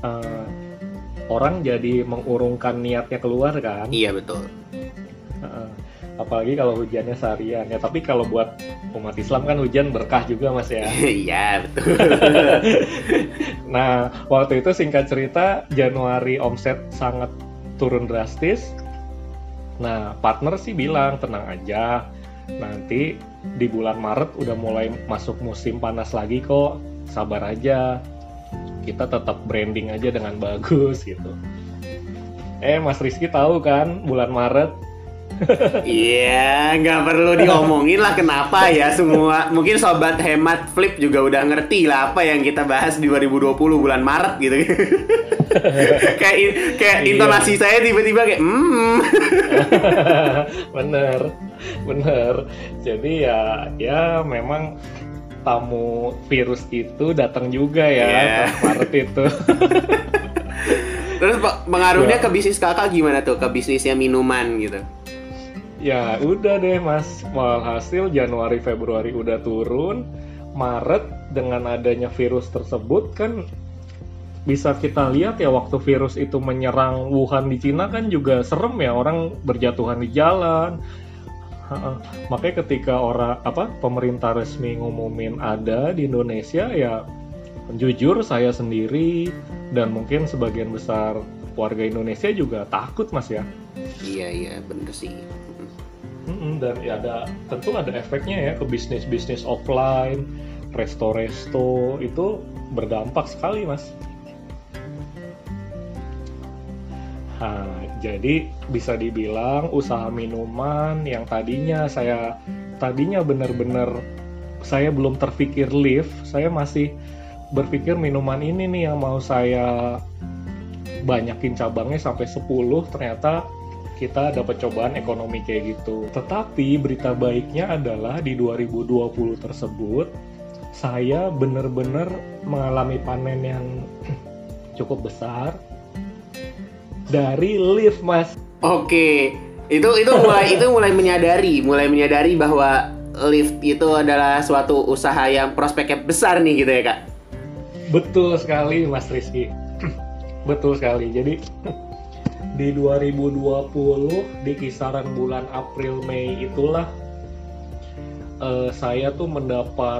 orang jadi mengurungkan niatnya keluar kan. Iya betul. Apalagi kalau hujannya seharian ya. Tapi kalau buat umat Islam kan hujan berkah juga Mas ya. Iya betul. Nah waktu itu singkat cerita Januari omset sangat turun drastis. Nah partner sih bilang tenang aja, nanti di bulan Maret udah mulai masuk musim panas lagi kok, sabar aja, kita tetap branding aja dengan bagus gitu. Mas Rizky tahu kan bulan Maret. Iya, nggak perlu diomongin lah kenapa ya, semua mungkin sobat hemat Flip juga udah ngerti lah apa yang kita bahas di 2020 bulan Maret gitu. kayak intonasi saya tiba-tiba kayak bener. Jadi ya memang tamu virus itu datang juga ya Maret itu. Terus pengaruhnya ke bisnis kakak gimana tuh, ke bisnisnya minuman gitu? Ya udah deh Mas, walhasil Januari Februari udah turun, Maret dengan adanya virus tersebut kan bisa kita lihat ya, waktu virus itu menyerang Wuhan di Cina kan juga serem ya, orang berjatuhan di jalan. Makanya ketika pemerintah resmi ngumumin ada di Indonesia, ya jujur saya sendiri dan mungkin sebagian besar warga Indonesia juga takut Mas ya. Iya bener sih. Dan ya tentu ada efeknya ya ke bisnis offline, resto itu berdampak sekali Mas. Nah, jadi bisa dibilang usaha minuman yang tadinya benar-benar saya belum terpikir lift, saya masih berpikir minuman ini nih yang mau saya banyakin cabangnya sampai 10, ternyata kita dapat cobaan ekonomi kayak gitu. Tetapi berita baiknya adalah di 2020 tersebut saya benar-benar mengalami panen yang cukup besar dari lift Mas. Oke, itu mulai menyadari bahwa lift itu adalah suatu usaha yang prospeknya besar nih gitu ya Kak. Betul sekali Mas Rizky. Betul sekali. Jadi di 2020 di kisaran bulan April Mei itulah saya tuh mendapat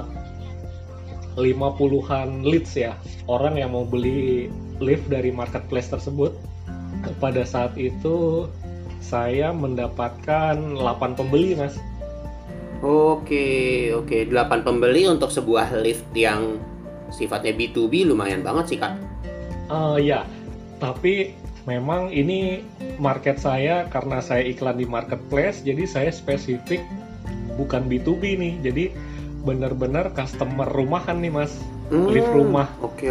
50-an leads ya, orang yang mau beli lift dari marketplace tersebut. Pada saat itu saya mendapatkan 8 pembeli Mas. Oke, 8 pembeli untuk sebuah lift yang sifatnya B2B lumayan banget sih Kak. Ya, tapi memang ini market saya, karena saya iklan di marketplace, jadi saya spesifik bukan B2B nih, jadi benar-benar customer rumahan nih Mas, lift rumah. Oke.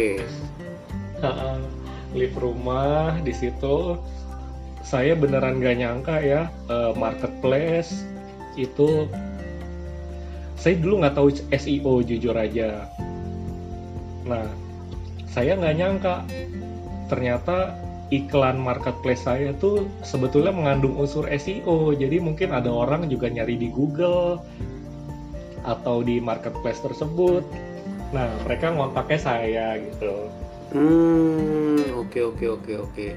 Lift rumah di situ. Saya beneran gak nyangka ya, marketplace itu, saya dulu nggak tahu SEO jujur aja. Nah, saya nggak nyangka ternyata iklan marketplace saya tuh sebetulnya mengandung unsur SEO. Jadi mungkin ada orang juga nyari di Google atau di marketplace tersebut. Nah, mereka ngontaknya saya gitu. Oke.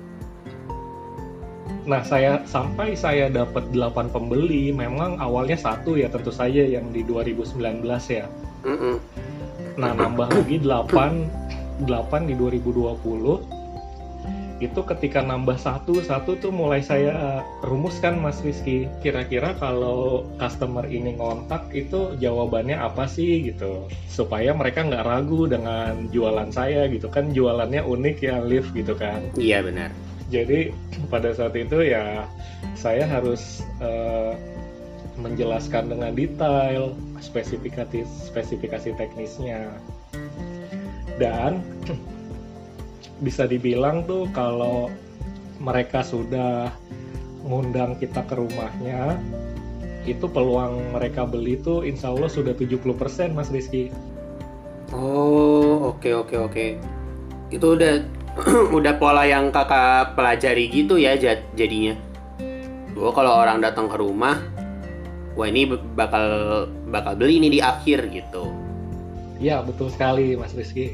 Nah, sampai saya dapat 8 pembeli, memang awalnya 1 ya tentu saja yang di 2019 ya. Nah, nambah lagi 8 di 2020. Itu ketika nambah satu tuh mulai saya rumuskan Mas Rizky. Kira-kira kalau customer ini ngontak itu jawabannya apa sih gitu. Supaya mereka nggak ragu dengan jualan saya gitu kan. Jualannya unik ya, lift gitu kan. Iya benar. Jadi pada saat itu ya saya harus menjelaskan dengan detail spesifikasi teknisnya. Dan bisa dibilang tuh kalau mereka sudah ngundang kita ke rumahnya, itu peluang mereka beli tuh insya Allah sudah 70% Mas Rizky. Oh, oke. Itu udah pola yang kakak pelajari gitu ya jadinya. Kalau orang datang ke rumah, wah ini bakal beli ini di akhir gitu. Ya, betul sekali Mas Rizky.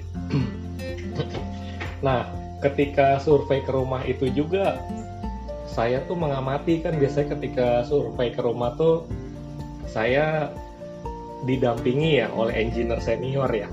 Nah, ketika survei ke rumah itu juga saya tuh mengamati kan, biasanya ketika survei ke rumah tuh saya didampingi ya oleh engineer senior ya.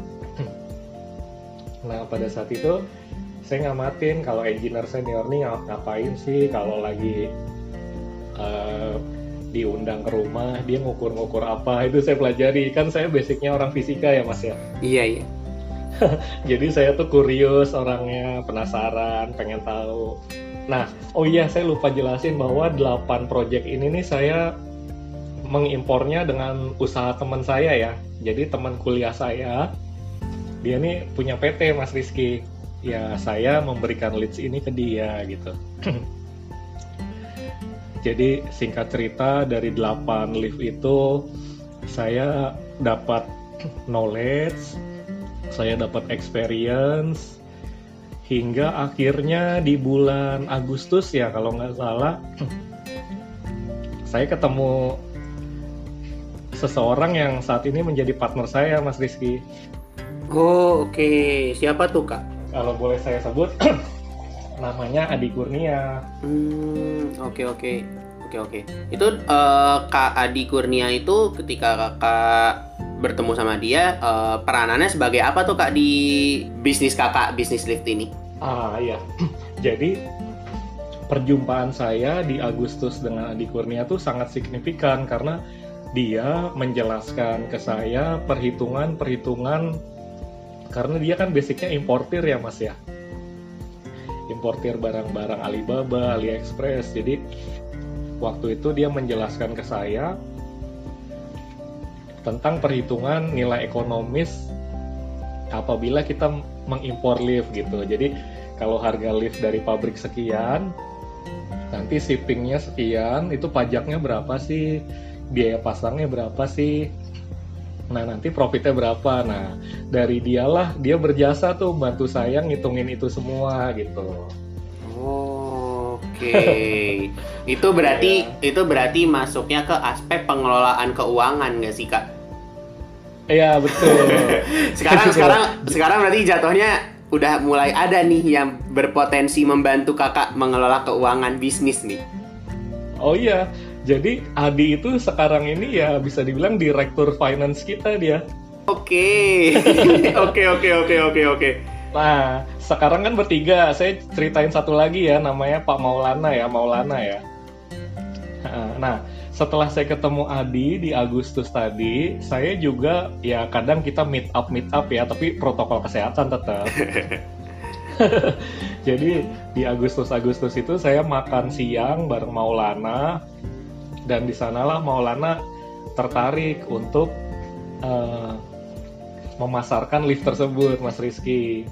Nah, pada saat itu saya ngamatin kalau engineer senior nih ngapain sih kalau lagi diundang ke rumah, dia ngukur-ngukur apa, itu saya pelajari. Kan saya basicnya orang fisika ya Mas ya. Iya. Jadi saya tuh kurius orangnya, penasaran, pengen tahu. Nah, oh iya saya lupa jelasin bahwa 8 project ini nih saya mengimpornya dengan usaha teman saya ya. Jadi teman kuliah saya, dia nih punya PT Mas Rizky. Ya saya memberikan leads ini ke dia gitu. Jadi singkat cerita dari 8 lift itu saya dapat knowledge, saya dapat experience, hingga akhirnya di bulan Agustus ya kalau nggak salah saya ketemu seseorang yang saat ini menjadi partner saya Mas Rizky. Oh oke. Siapa tuh Kak? Kalau boleh saya sebut namanya Adi Kurnia. Oke. Itu Kak Adi Kurnia itu ketika kakak bertemu sama dia, peranannya sebagai apa tuh Kak di bisnis kakak, bisnis lift ini? Iya. Jadi perjumpaan saya di Agustus dengan Adi Kurnia tuh sangat signifikan karena dia menjelaskan ke saya perhitungan karena dia kan basicnya importir ya Mas ya. Importir barang-barang Alibaba, AliExpress. Jadi waktu itu dia menjelaskan ke saya tentang perhitungan nilai ekonomis apabila kita mengimpor lift gitu. Jadi kalau harga lift dari pabrik sekian, nanti shippingnya sekian, itu pajaknya berapa sih, biaya pasangnya berapa sih, nah nanti profitnya berapa. Nah dari dia berjasa tuh bantu saya ngitungin itu semua gitu. Oke. Itu berarti masuknya ke aspek pengelolaan keuangan nggak sih Kak? Iya betul. sekarang berarti jatuhnya udah mulai ada nih yang berpotensi membantu kakak mengelola keuangan bisnis nih. Oh iya. Jadi Adi itu sekarang ini ya bisa dibilang direktur finance kita dia. Oke. Nah, sekarang kan bertiga. Saya ceritain satu lagi ya, namanya Pak Maulana ya. Nah, setelah saya ketemu Adi di Agustus tadi, saya juga ya kadang kita meet up ya, tapi protokol kesehatan tetap. Jadi di Agustus itu saya makan siang bareng Maulana, dan di sanalah Maulana tertarik untuk memasarkan lift tersebut, Mas Rizky.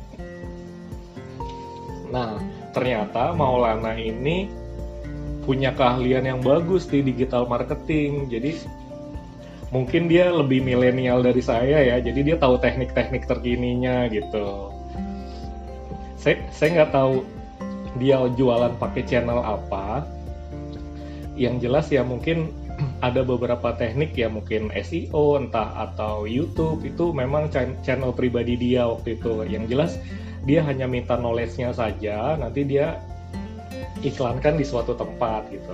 Nah, ternyata Maulana ini punya keahlian yang bagus di digital marketing. Jadi mungkin dia lebih milenial dari saya ya. Jadi dia tahu teknik-teknik terkininya gitu. Saya nggak tahu dia jualan pakai channel apa. Yang jelas ya mungkin ada beberapa teknik ya, mungkin SEO entah atau YouTube, itu memang channel pribadi dia waktu itu. Yang jelas dia hanya minta knowledge-nya saja, nanti dia iklankan di suatu tempat gitu.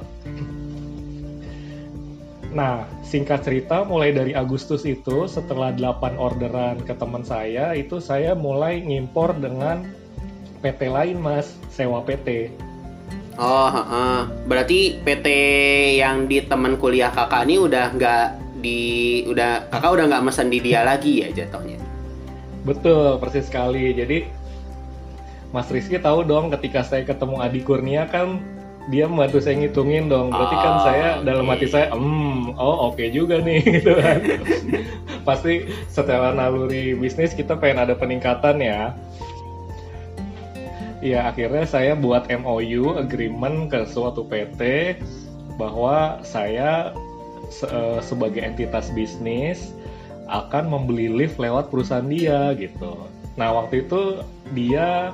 Nah, singkat cerita, mulai dari Agustus itu, setelah 8 orderan ke teman saya, itu saya mulai ngimpor dengan PT lain, Mas, sewa PT. Oh, berarti PT yang di teman kuliah kakak ini kakak udah nggak mesen di dia lagi ya jatuhnya? Betul, persis sekali. Jadi Mas Rizky tahu dong, ketika saya ketemu Adi Kurnia kan dia membantu saya ngitungin dong. Berarti kan saya dalam hati saya, oke juga nih gitu kan. Pasti setelah naluri bisnis kita pengen ada peningkatan ya. Ya, akhirnya saya buat MOU, agreement ke suatu PT bahwa saya sebagai entitas bisnis akan membeli lift lewat perusahaan dia gitu. Nah, waktu itu dia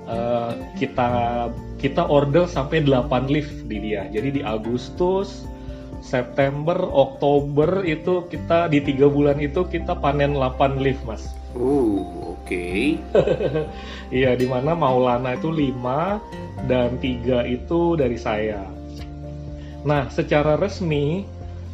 kita order sampai 8 lift di dia. Jadi di Agustus, September, Oktober itu kita di 3 bulan itu kita panen 8 lift, Mas. Oke. Iya, di mana Maulana itu 5 dan 3 itu dari saya. Nah, secara resmi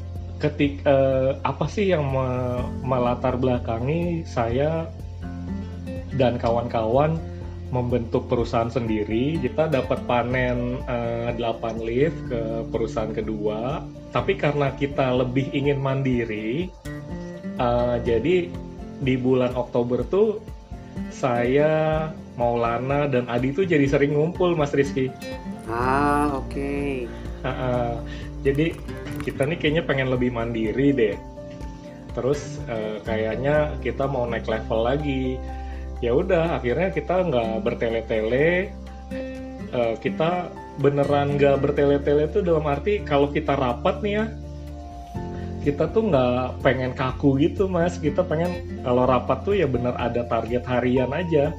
apa sih yang melatar belakangi saya dan kawan-kawan membentuk perusahaan sendiri? Kita dapat panen 8 lift ke perusahaan kedua, tapi karena kita lebih ingin mandiri, jadi di bulan Oktober tuh saya, Maulana, dan Adi tuh jadi sering ngumpul, Mas Rizky. Oke. Jadi kita nih kayaknya pengen lebih mandiri deh. Terus kayaknya kita mau naik level lagi. Ya udah, akhirnya kita nggak bertele-tele. Kita beneran nggak bertele-tele tuh dalam arti kalau kita rapat nih ya, kita tuh nggak pengen kaku gitu, Mas. Kita pengen kalau rapat tuh ya bener ada target harian aja.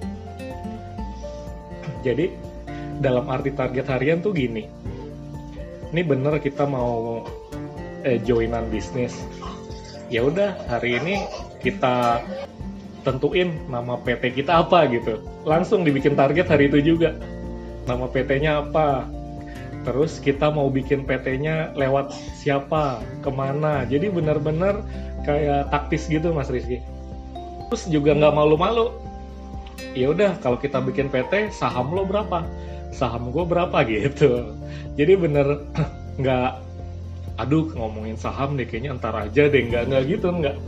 Jadi dalam arti target harian tuh gini, ini bener kita mau joinan bisnis. Ya udah, hari ini kita tentuin nama PT kita apa gitu. Langsung dibikin target hari itu juga. Nama PT-nya apa? Terus kita mau bikin PT-nya lewat siapa, kemana. Jadi benar-benar kayak taktis gitu, Mas Rizky. Terus juga nggak malu-malu. Ya udah, kalau kita bikin PT, saham lo berapa? Saham gue berapa gitu. Jadi bener nggak, aduh ngomongin saham deh kayaknya ntar aja deh, nggak gitu, nggak.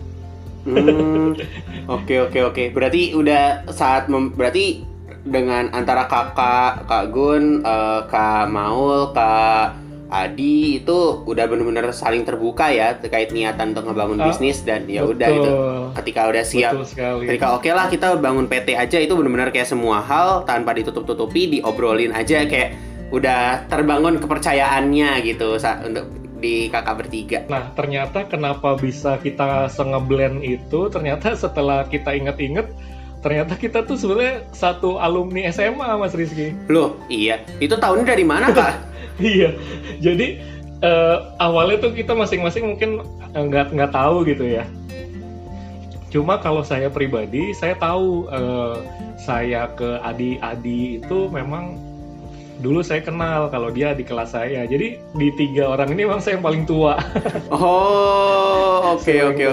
Oke. Berarti udah berarti dengan antara Kak Gun, Kak Maul, Kak Adi itu udah benar-benar saling terbuka ya terkait niatan untuk ngebangun bisnis, dan ya udah itu ketika udah siap, ketika oke lah kita bangun PT aja, itu benar-benar kayak semua hal tanpa ditutup-tutupi, diobrolin aja, kayak udah terbangun kepercayaannya gitu untuk di kakak bertiga. Nah, ternyata kenapa bisa kita ngeblend itu, ternyata setelah kita inget-inget, ternyata kita tuh sebenarnya satu alumni SMA, Mas Rizky. Loh, iya. Itu tahunnya dari mana, Kak? Iya. Jadi awalnya tuh kita masing-masing mungkin nggak tahu gitu ya. Cuma kalau saya pribadi, saya tahu saya ke Adi itu memang dulu saya kenal kalau dia di kelas saya. Jadi di 3 orang ini memang saya yang paling tua. Oh, oke.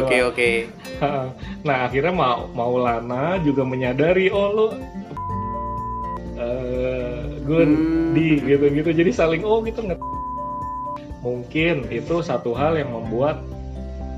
Nah, akhirnya Maulana juga menyadari, oh lu Gun, Di gitu-gitu. Jadi saling gitu mungkin itu satu hal yang membuat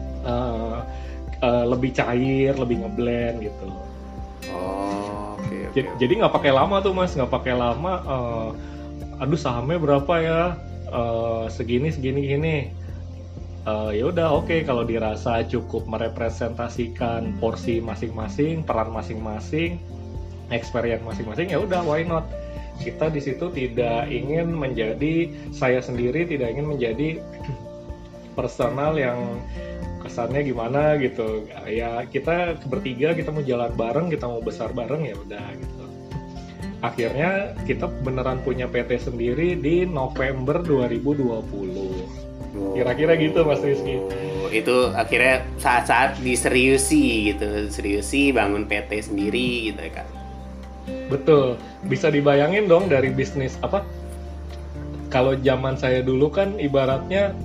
lebih cair, lebih ngeblend gitu. Oh, oke. Jadi nggak pakai lama tuh Mas, nggak pakai lama. Aduh sahamnya berapa ya? Segini gini. Ya udah oke, kalau dirasa cukup merepresentasikan porsi masing-masing, peran masing-masing, experience masing-masing, ya udah why not. Kita di situ tidak ingin menjadi, saya sendiri tidak ingin menjadi personal yang kesannya gimana gitu. Ya kita bertiga, kita mau jalan bareng, kita mau besar bareng, ya udah gitu. Akhirnya kita beneran punya PT sendiri di November 2020. Kira-kira gitu Mas Rizky. Itu akhirnya saat-saat diseriusi gitu, seriusi bangun PT sendiri gitu ya Kak. Betul, bisa dibayangin dong dari bisnis apa? Kalau zaman saya dulu kan ibaratnya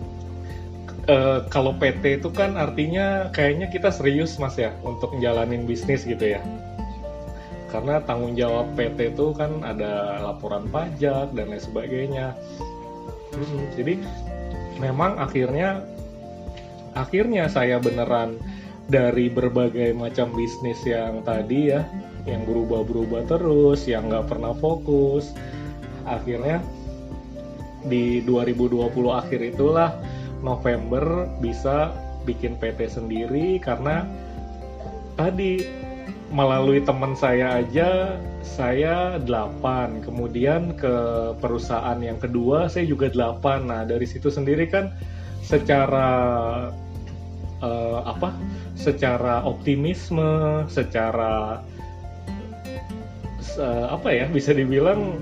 kalau PT itu kan artinya kayaknya kita serius Mas ya untuk menjalanin bisnis gitu ya. Karena tanggung jawab PT itu kan ada laporan pajak dan lain sebagainya. Jadi memang akhirnya saya beneran dari berbagai macam bisnis yang tadi ya, yang berubah terus, yang nggak pernah fokus, akhirnya di 2020 akhir itulah November bisa bikin PT sendiri. Karena tadi melalui teman saya aja saya 8, kemudian ke perusahaan yang kedua saya juga 8. Nah dari situ sendiri kan secara secara optimisme, secara bisa dibilang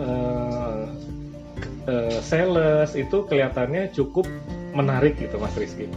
sales itu kelihatannya cukup menarik gitu Mas Rizky.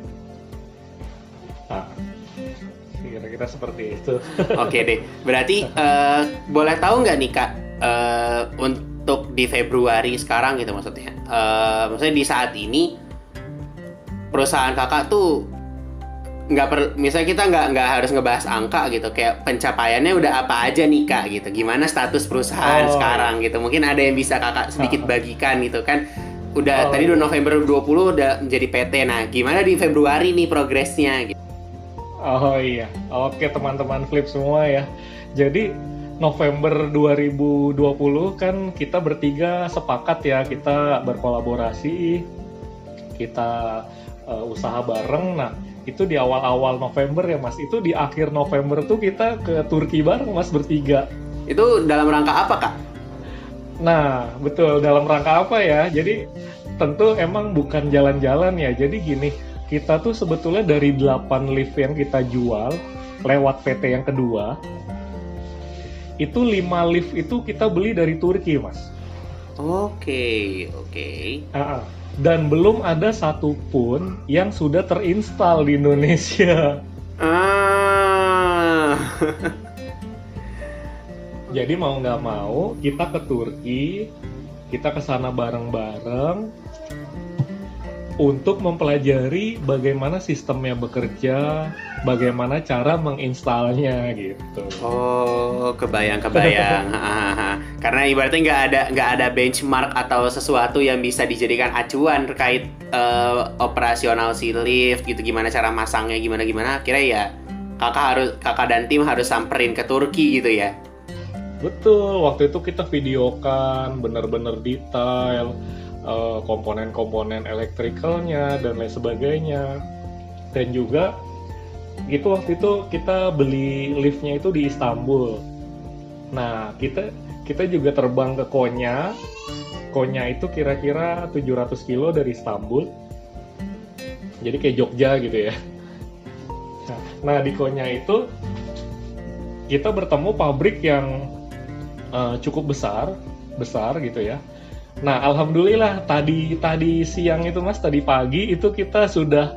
Nah, kira-kira seperti itu. Oke deh, berarti boleh tahu nggak nih Kak, untuk di Februari sekarang gitu maksudnya, maksudnya di saat ini perusahaan Kakak tuh misalnya kita nggak harus ngebahas angka gitu, kayak pencapaiannya udah apa aja nih Kak gitu, gimana status perusahaan sekarang gitu, mungkin ada yang bisa Kakak sedikit bagikan gitu kan. Udah tadi November 20 udah menjadi PT, nah gimana di Februari nih progresnya gitu. Oh iya, oke teman-teman Flip semua ya. Jadi November 2020 kan kita bertiga sepakat ya, kita berkolaborasi, kita usaha bareng. Nah itu di awal-awal November ya Mas, itu di akhir November tuh kita ke Turki bareng Mas bertiga. Itu dalam rangka apa Kak? Nah betul, dalam rangka apa ya, jadi tentu emang bukan jalan-jalan ya. Jadi gini, kita tuh sebetulnya dari 8 lift yang kita jual lewat PT yang kedua, itu 5 lift itu kita beli dari Turki Mas. Oke. Dan belum ada satupun yang sudah terinstall di Indonesia. Jadi mau nggak mau kita ke Turki, kita ke sana bareng-bareng untuk mempelajari bagaimana sistemnya bekerja, bagaimana cara menginstalnya gitu. Oh, kebayang. Karena ibaratnya nggak ada benchmark atau sesuatu yang bisa dijadikan acuan terkait operasional si lift gitu, gimana cara masangnya, gimana. Akhirnya ya kakak dan tim harus samperin ke Turki gitu ya. Betul, waktu itu kita videokan benar-benar detail komponen-komponen elektrikalnya dan lain sebagainya. Dan juga itu waktu itu kita beli liftnya itu di Istanbul. Nah kita juga terbang ke Konya. Konya itu kira-kira 700 kilo dari Istanbul. Jadi kayak Jogja gitu ya. Nah di Konya itu kita bertemu pabrik yang cukup besar gitu ya. Nah alhamdulillah tadi siang itu Mas, tadi pagi itu kita sudah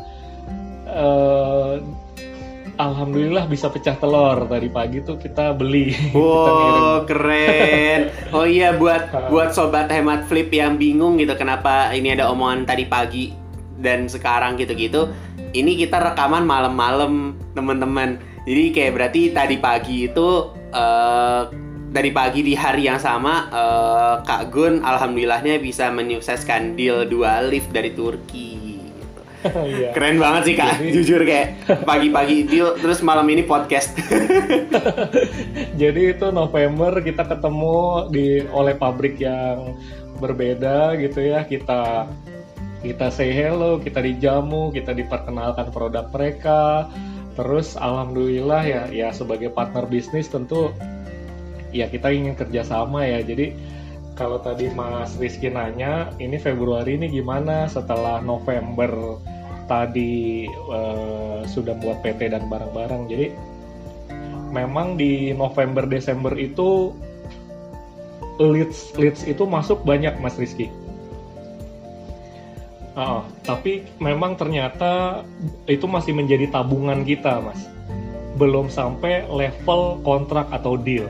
alhamdulillah bisa pecah telur. Tadi pagi tuh kita beli. Wow, keren. Oh iya, buat sobat hemat Flip yang bingung gitu kenapa ini ada omongan tadi pagi dan sekarang gitu-gitu. Ini kita rekaman malam-malam teman-teman. Jadi kayak berarti tadi pagi itu dari pagi di hari yang sama Kak Gun alhamdulillahnya bisa menyukseskan deal 2 lift dari Turki gitu. Iya. Keren banget sih Kak, jujur kayak pagi-pagi deal terus malam ini podcast. Jadi itu November kita ketemu oleh pabrik yang berbeda gitu ya. Kita say hello, kita dijamu, kita diperkenalkan produk mereka. Terus alhamdulillah ya sebagai partner bisnis tentu ya kita ingin kerjasama ya. Jadi kalau tadi Mas Rizky nanya, ini Februari ini gimana setelah November tadi sudah buat PT dan barang-barang. Jadi memang di November Desember itu leads itu masuk banyak Mas Rizky. Tapi memang ternyata itu masih menjadi tabungan kita Mas. Belum sampai level kontrak atau deal.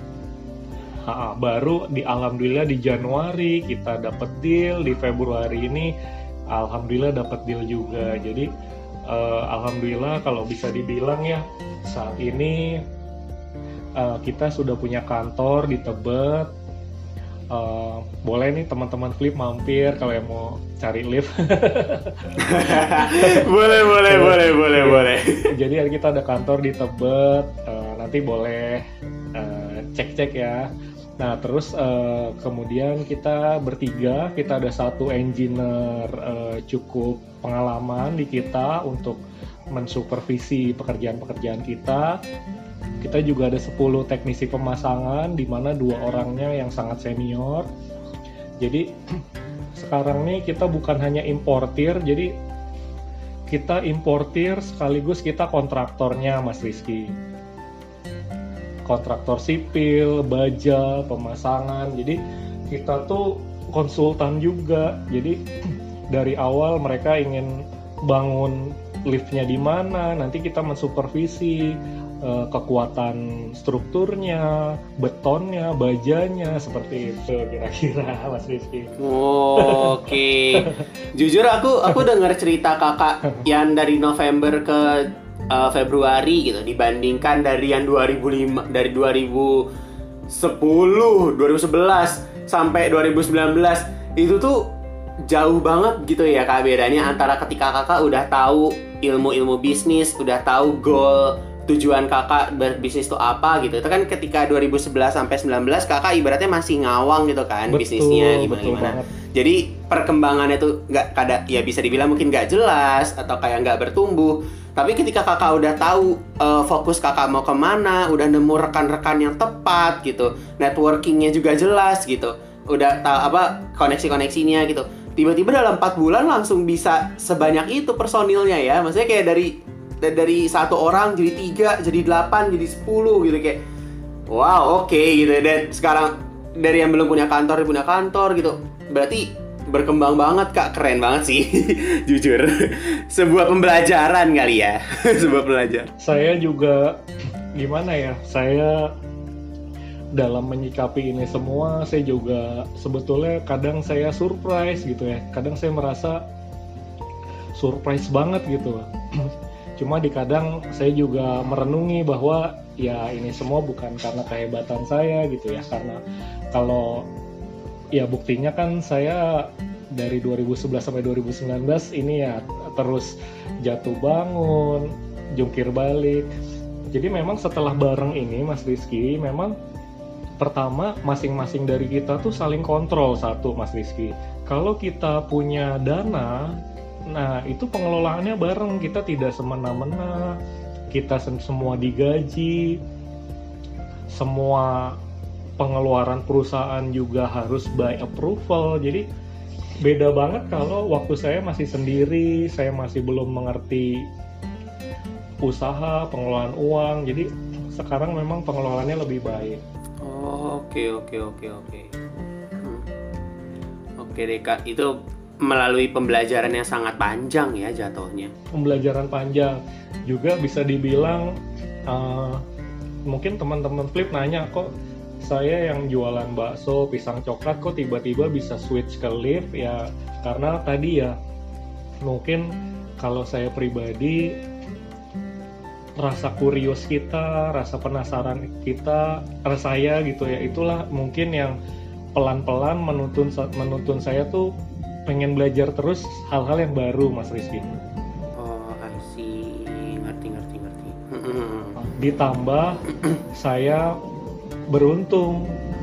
Baru alhamdulillah di Januari kita dapat deal, di Februari ini alhamdulillah dapat deal juga. Jadi alhamdulillah kalau bisa dibilang ya saat ini kita sudah punya kantor di Tebet. Boleh nih teman-teman Flip mampir kalau yang mau cari lift. boleh. Jadi kita ada kantor di Tebet, nanti boleh cek-cek ya. Nah terus kemudian kita bertiga, kita ada satu engineer cukup pengalaman di kita untuk mensupervisi pekerjaan-pekerjaan kita. Kita juga ada 10 teknisi pemasangan, di mana 2 orangnya yang sangat senior. Jadi sekarang nih kita bukan hanya importir, jadi kita importir sekaligus kita kontraktornya Mas Rizky. Kontraktor sipil, baja, pemasangan. Jadi kita tuh konsultan juga. Jadi dari awal mereka ingin bangun liftnya di mana, nanti kita mensupervisi kekuatan strukturnya, betonnya, bajanya, seperti itu kira-kira Mas Rizky. Oke. Jujur aku dengar cerita kakak yang dari November ke Februari gitu dibandingkan dari yang 2011 sampai 2019 itu tuh jauh banget gitu ya Kak, bedanya antara ketika kakak udah tahu ilmu-ilmu bisnis, udah tahu goal tujuan kakak berbisnis itu apa gitu. Itu kan ketika 2011 sampai 19 kakak ibaratnya masih ngawang gitu kan, bisnisnya gimana. Jadi perkembangannya tuh ya bisa dibilang mungkin nggak jelas atau kayak nggak bertumbuh. Tapi ketika kakak udah tahu fokus kakak mau kemana, udah nemu rekan-rekan yang tepat gitu, networkingnya juga jelas gitu, udah tahu koneksi-koneksinya gitu. Tiba-tiba dalam 4 bulan langsung bisa sebanyak itu personilnya ya. Maksudnya kayak dari 1 orang jadi 3, jadi 8, jadi 10 gitu kayak wow, oke gitu. Dan sekarang dari yang belum punya kantor gitu. Berarti berkembang banget Kak, keren banget sih. Jujur sebuah pembelajaran kali ya. Sebuah pelajaran. Saya juga gimana ya, saya dalam menyikapi ini semua saya juga sebetulnya kadang saya surprise gitu ya, kadang saya merasa surprise banget gitu. Cuma di kadang saya juga merenungi bahwa ya ini semua bukan karena kehebatan saya gitu ya, karena kalau ya buktinya kan saya dari 2011 sampai 2019 ini ya terus jatuh bangun, jungkir balik. Jadi memang setelah bareng ini Mas Rizky, memang pertama masing-masing dari kita tuh saling kontrol satu Mas Rizky. Kalau kita punya dana, nah itu pengelolaannya bareng, kita tidak semena-mena, kita semua digaji, semua pengeluaran perusahaan juga harus by approval. Jadi beda banget kalau waktu saya masih sendiri, saya masih belum mengerti usaha, pengelolaan uang. Jadi sekarang memang pengelolaannya lebih baik. Oke. Oke deh Kak, itu melalui pembelajaran yang sangat panjang ya jatuhnya. Pembelajaran panjang juga bisa dibilang mungkin teman-teman Flip nanya, kok saya yang jualan bakso, pisang coklat kok tiba-tiba bisa switch ke lift? Ya karena tadi ya mungkin kalau saya pribadi rasa kurios kita, rasa penasaran kita, saya gitu ya, itulah mungkin yang pelan-pelan menuntun saya tuh pengen belajar terus hal-hal yang baru, Mas Rizky. Oh, I see. Ngerti. Ditambah saya beruntung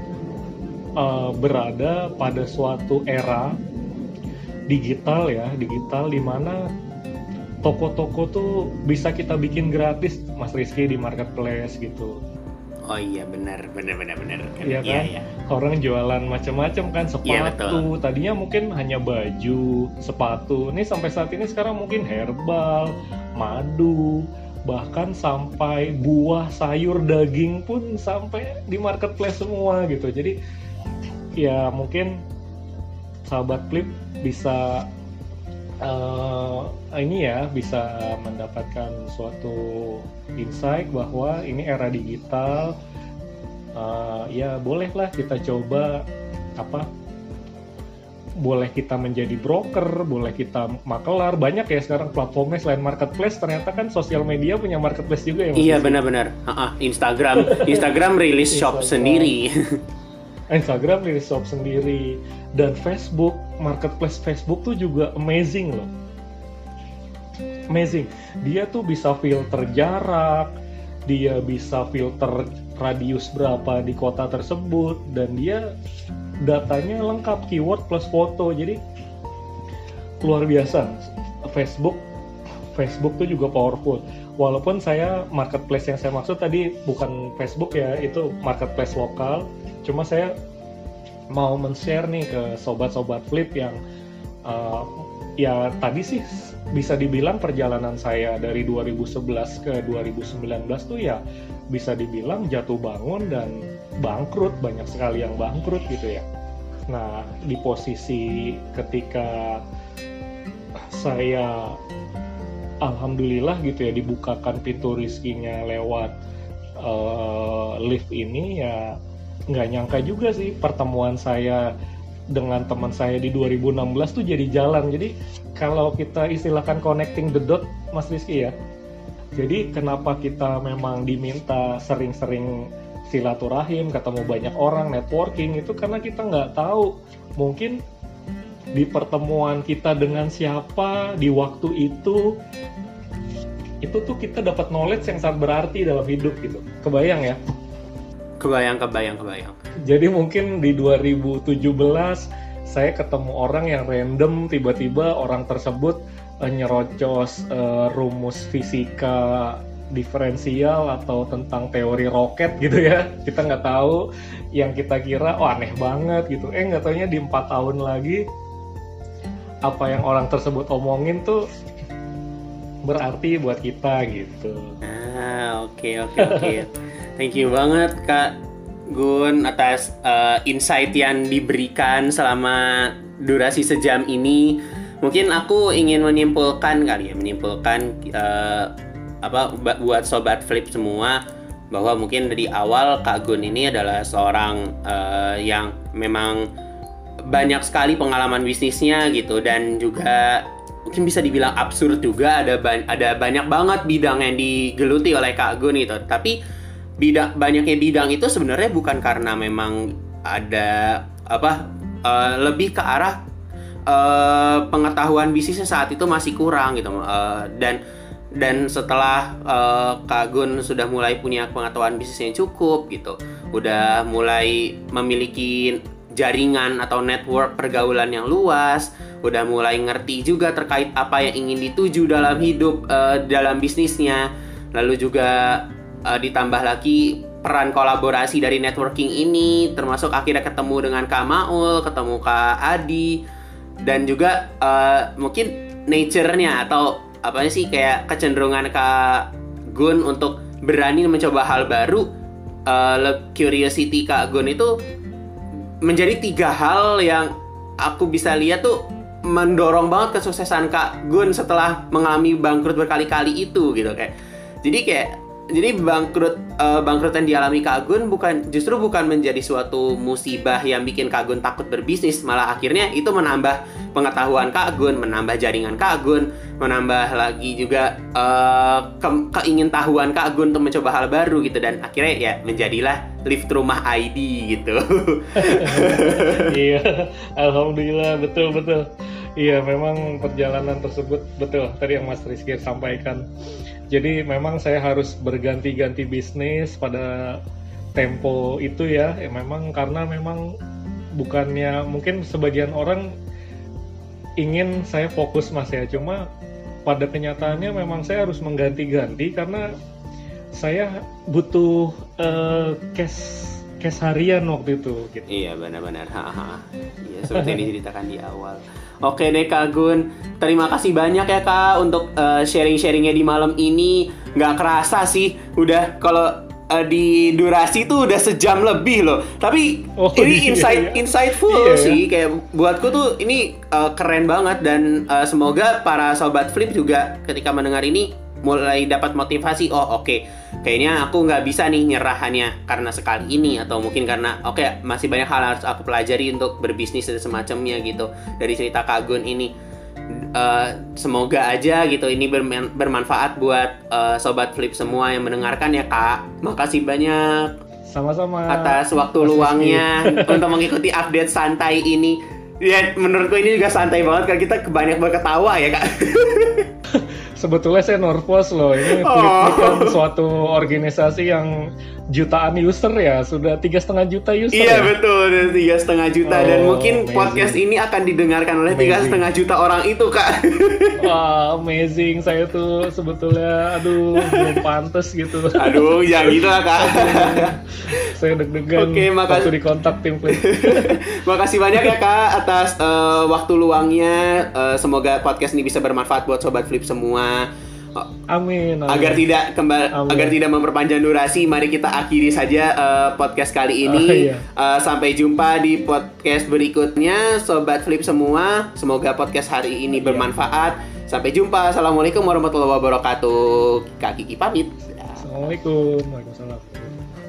berada pada suatu era digital di mana toko-toko tuh bisa kita bikin gratis, Mas Rizky, di marketplace gitu. Oh iya, benar. Iya kan? Iya. Orang jualan macam-macam kan, sepatu. Tadinya mungkin hanya baju, sepatu. Ini sampai saat ini sekarang mungkin herbal, madu, bahkan sampai buah, sayur, daging pun sampai di marketplace semua gitu. Jadi ya mungkin sahabat Flip bisa bisa mendapatkan suatu insight bahwa ini era digital. Ya bolehlah kita coba boleh kita menjadi broker, boleh kita makelar. Banyak ya sekarang platformnya selain marketplace, ternyata kan sosial media punya marketplace juga ya. Iya, benar-benar. Instagram rilis shop sendiri. Instagram rilis shop sendiri. Dan Facebook, marketplace Facebook tuh juga amazing loh. Amazing. Dia tuh bisa filter jarak, dia bisa filter radius berapa di kota tersebut, dan dia datanya lengkap, keyword plus foto. Jadi luar biasa. Facebook tuh juga powerful. Walaupun saya marketplace yang saya maksud tadi bukan Facebook ya, itu marketplace lokal. Cuma saya mau men-share nih ke sobat-sobat Flip yang ya tadi sih bisa dibilang perjalanan saya dari 2011 ke 2019 tuh ya bisa dibilang jatuh bangun dan bangkrut, banyak sekali yang bangkrut gitu ya. Nah, di posisi ketika saya alhamdulillah gitu ya dibukakan pintu rezekinya lewat lift ini, ya nggak nyangka juga sih pertemuan saya dengan teman saya di 2016 tuh jadi jalan. Jadi kalau kita istilahkan connecting the dot, Mas Rizky ya. Jadi kenapa kita memang diminta sering-sering silaturahim, ketemu banyak orang, networking, itu karena kita nggak tahu mungkin di pertemuan kita dengan siapa di waktu itu tuh kita dapat knowledge yang sangat berarti dalam hidup gitu. Kebayang ya? Kebayang. Jadi mungkin di 2017 saya ketemu orang yang random, tiba-tiba orang tersebut nyerocos rumus fisika diferensial atau tentang teori roket gitu ya. Kita nggak tahu, yang kita kira aneh banget gitu. Nggak taunya di 4 tahun lagi apa yang orang tersebut omongin tuh berarti buat kita gitu. Oke. Thank you banget Kak Gun atas insight yang diberikan selama durasi sejam ini. Mungkin aku ingin menyimpulkan buat sobat Flip semua bahwa mungkin dari awal Kak Gun ini adalah seorang yang memang banyak sekali pengalaman bisnisnya gitu, dan juga mungkin bisa dibilang absurd juga, ada banyak banget bidang yang digeluti oleh Kak Gun gitu. Tapi banyaknya bidang itu sebenarnya bukan karena memang ada lebih ke arah pengetahuan bisnisnya saat itu masih kurang gitu, dan setelah Kak Gun sudah mulai punya pengetahuan bisnis yang cukup gitu, udah mulai memiliki jaringan atau network pergaulan yang luas, udah mulai ngerti juga terkait apa yang ingin dituju dalam hidup, dalam bisnisnya, lalu juga ditambah lagi peran kolaborasi dari networking ini, termasuk akhirnya ketemu dengan Kak Maul, ketemu Kak Adi, dan juga mungkin nature-nya atau kayak kecenderungan Kak Gun untuk berani mencoba hal baru. Curiosity Kak Gun itu menjadi 3 hal yang aku bisa lihat tuh mendorong banget kesuksesan Kak Gun setelah mengalami bangkrut berkali-kali itu gitu. Jadi kayak Jadi bangkrut yang dialami Kak Gun justru bukan menjadi suatu musibah yang bikin Kak Gun takut berbisnis, malah akhirnya itu menambah pengetahuan Kak Gun, menambah jaringan Kak Gun, menambah lagi juga keingintahuan Kak Gun untuk mencoba hal baru gitu, dan akhirnya ya menjadilah Lift Rumah ID gitu. Iya, alhamdulillah, betul. Iya, memang perjalanan tersebut betul tadi yang Mas Rizky sampaikan. Jadi memang saya harus berganti-ganti bisnis pada tempo itu ya. Memang karena memang bukannya mungkin sebagian orang ingin saya fokus Mas ya. Cuma pada kenyataannya memang saya harus mengganti-ganti karena saya butuh cash harian waktu itu. Gitu. Iya benar-benar. Iya seperti yang diceritakan di awal. Oke deh Kak Gun, terima kasih banyak ya Kak untuk sharing-sharingnya di malam ini. Nggak kerasa sih, udah kalau di durasi tuh udah sejam lebih loh. Tapi ini insightful sih, kayak buatku tuh ini keren banget. Dan semoga para Sobat Flip juga ketika mendengar ini mulai dapat motivasi. Oh oke, kayaknya aku nggak bisa nih nyerah hanya karena sekali ini, atau mungkin karena masih banyak hal harus aku pelajari untuk berbisnis dan semacamnya gitu dari cerita Kak Gun ini. Semoga aja gitu ini bermanfaat buat Sobat Flip semua yang mendengarkan ya Kak. Makasih banyak sama-sama atas waktu luangnya untuk mengikuti update santai ini. Ya menurutku ini juga santai banget kan, kita banyak berketawa ya Kak. Sebetulnya saya nervous loh, ini Flip kan suatu organisasi yang jutaan user ya, sudah 3,5 juta user. Iya ya? Betul, 3,5 juta dan mungkin amazing. Podcast ini akan didengarkan oleh 3,5 juta orang itu Kak. Wah, amazing, saya tuh sebetulnya belum pantas gitu. Aduh, jangan gitu lah Kak. Saya deg-degan waktu dikontak tim Flip. Makasih banyak ya Kak atas waktu luangnya. Semoga podcast ini bisa bermanfaat buat Sobat Flip semua. Amin. Agar tidak memperpanjang durasi, mari kita akhiri saja podcast kali ini. Sampai jumpa di podcast berikutnya, Sobat Flip semua. Semoga podcast hari ini bermanfaat. Sampai jumpa. Assalamualaikum warahmatullahi wabarakatuh. Kak Kiki pamit. Assalamualaikum. Waalaikumsalam.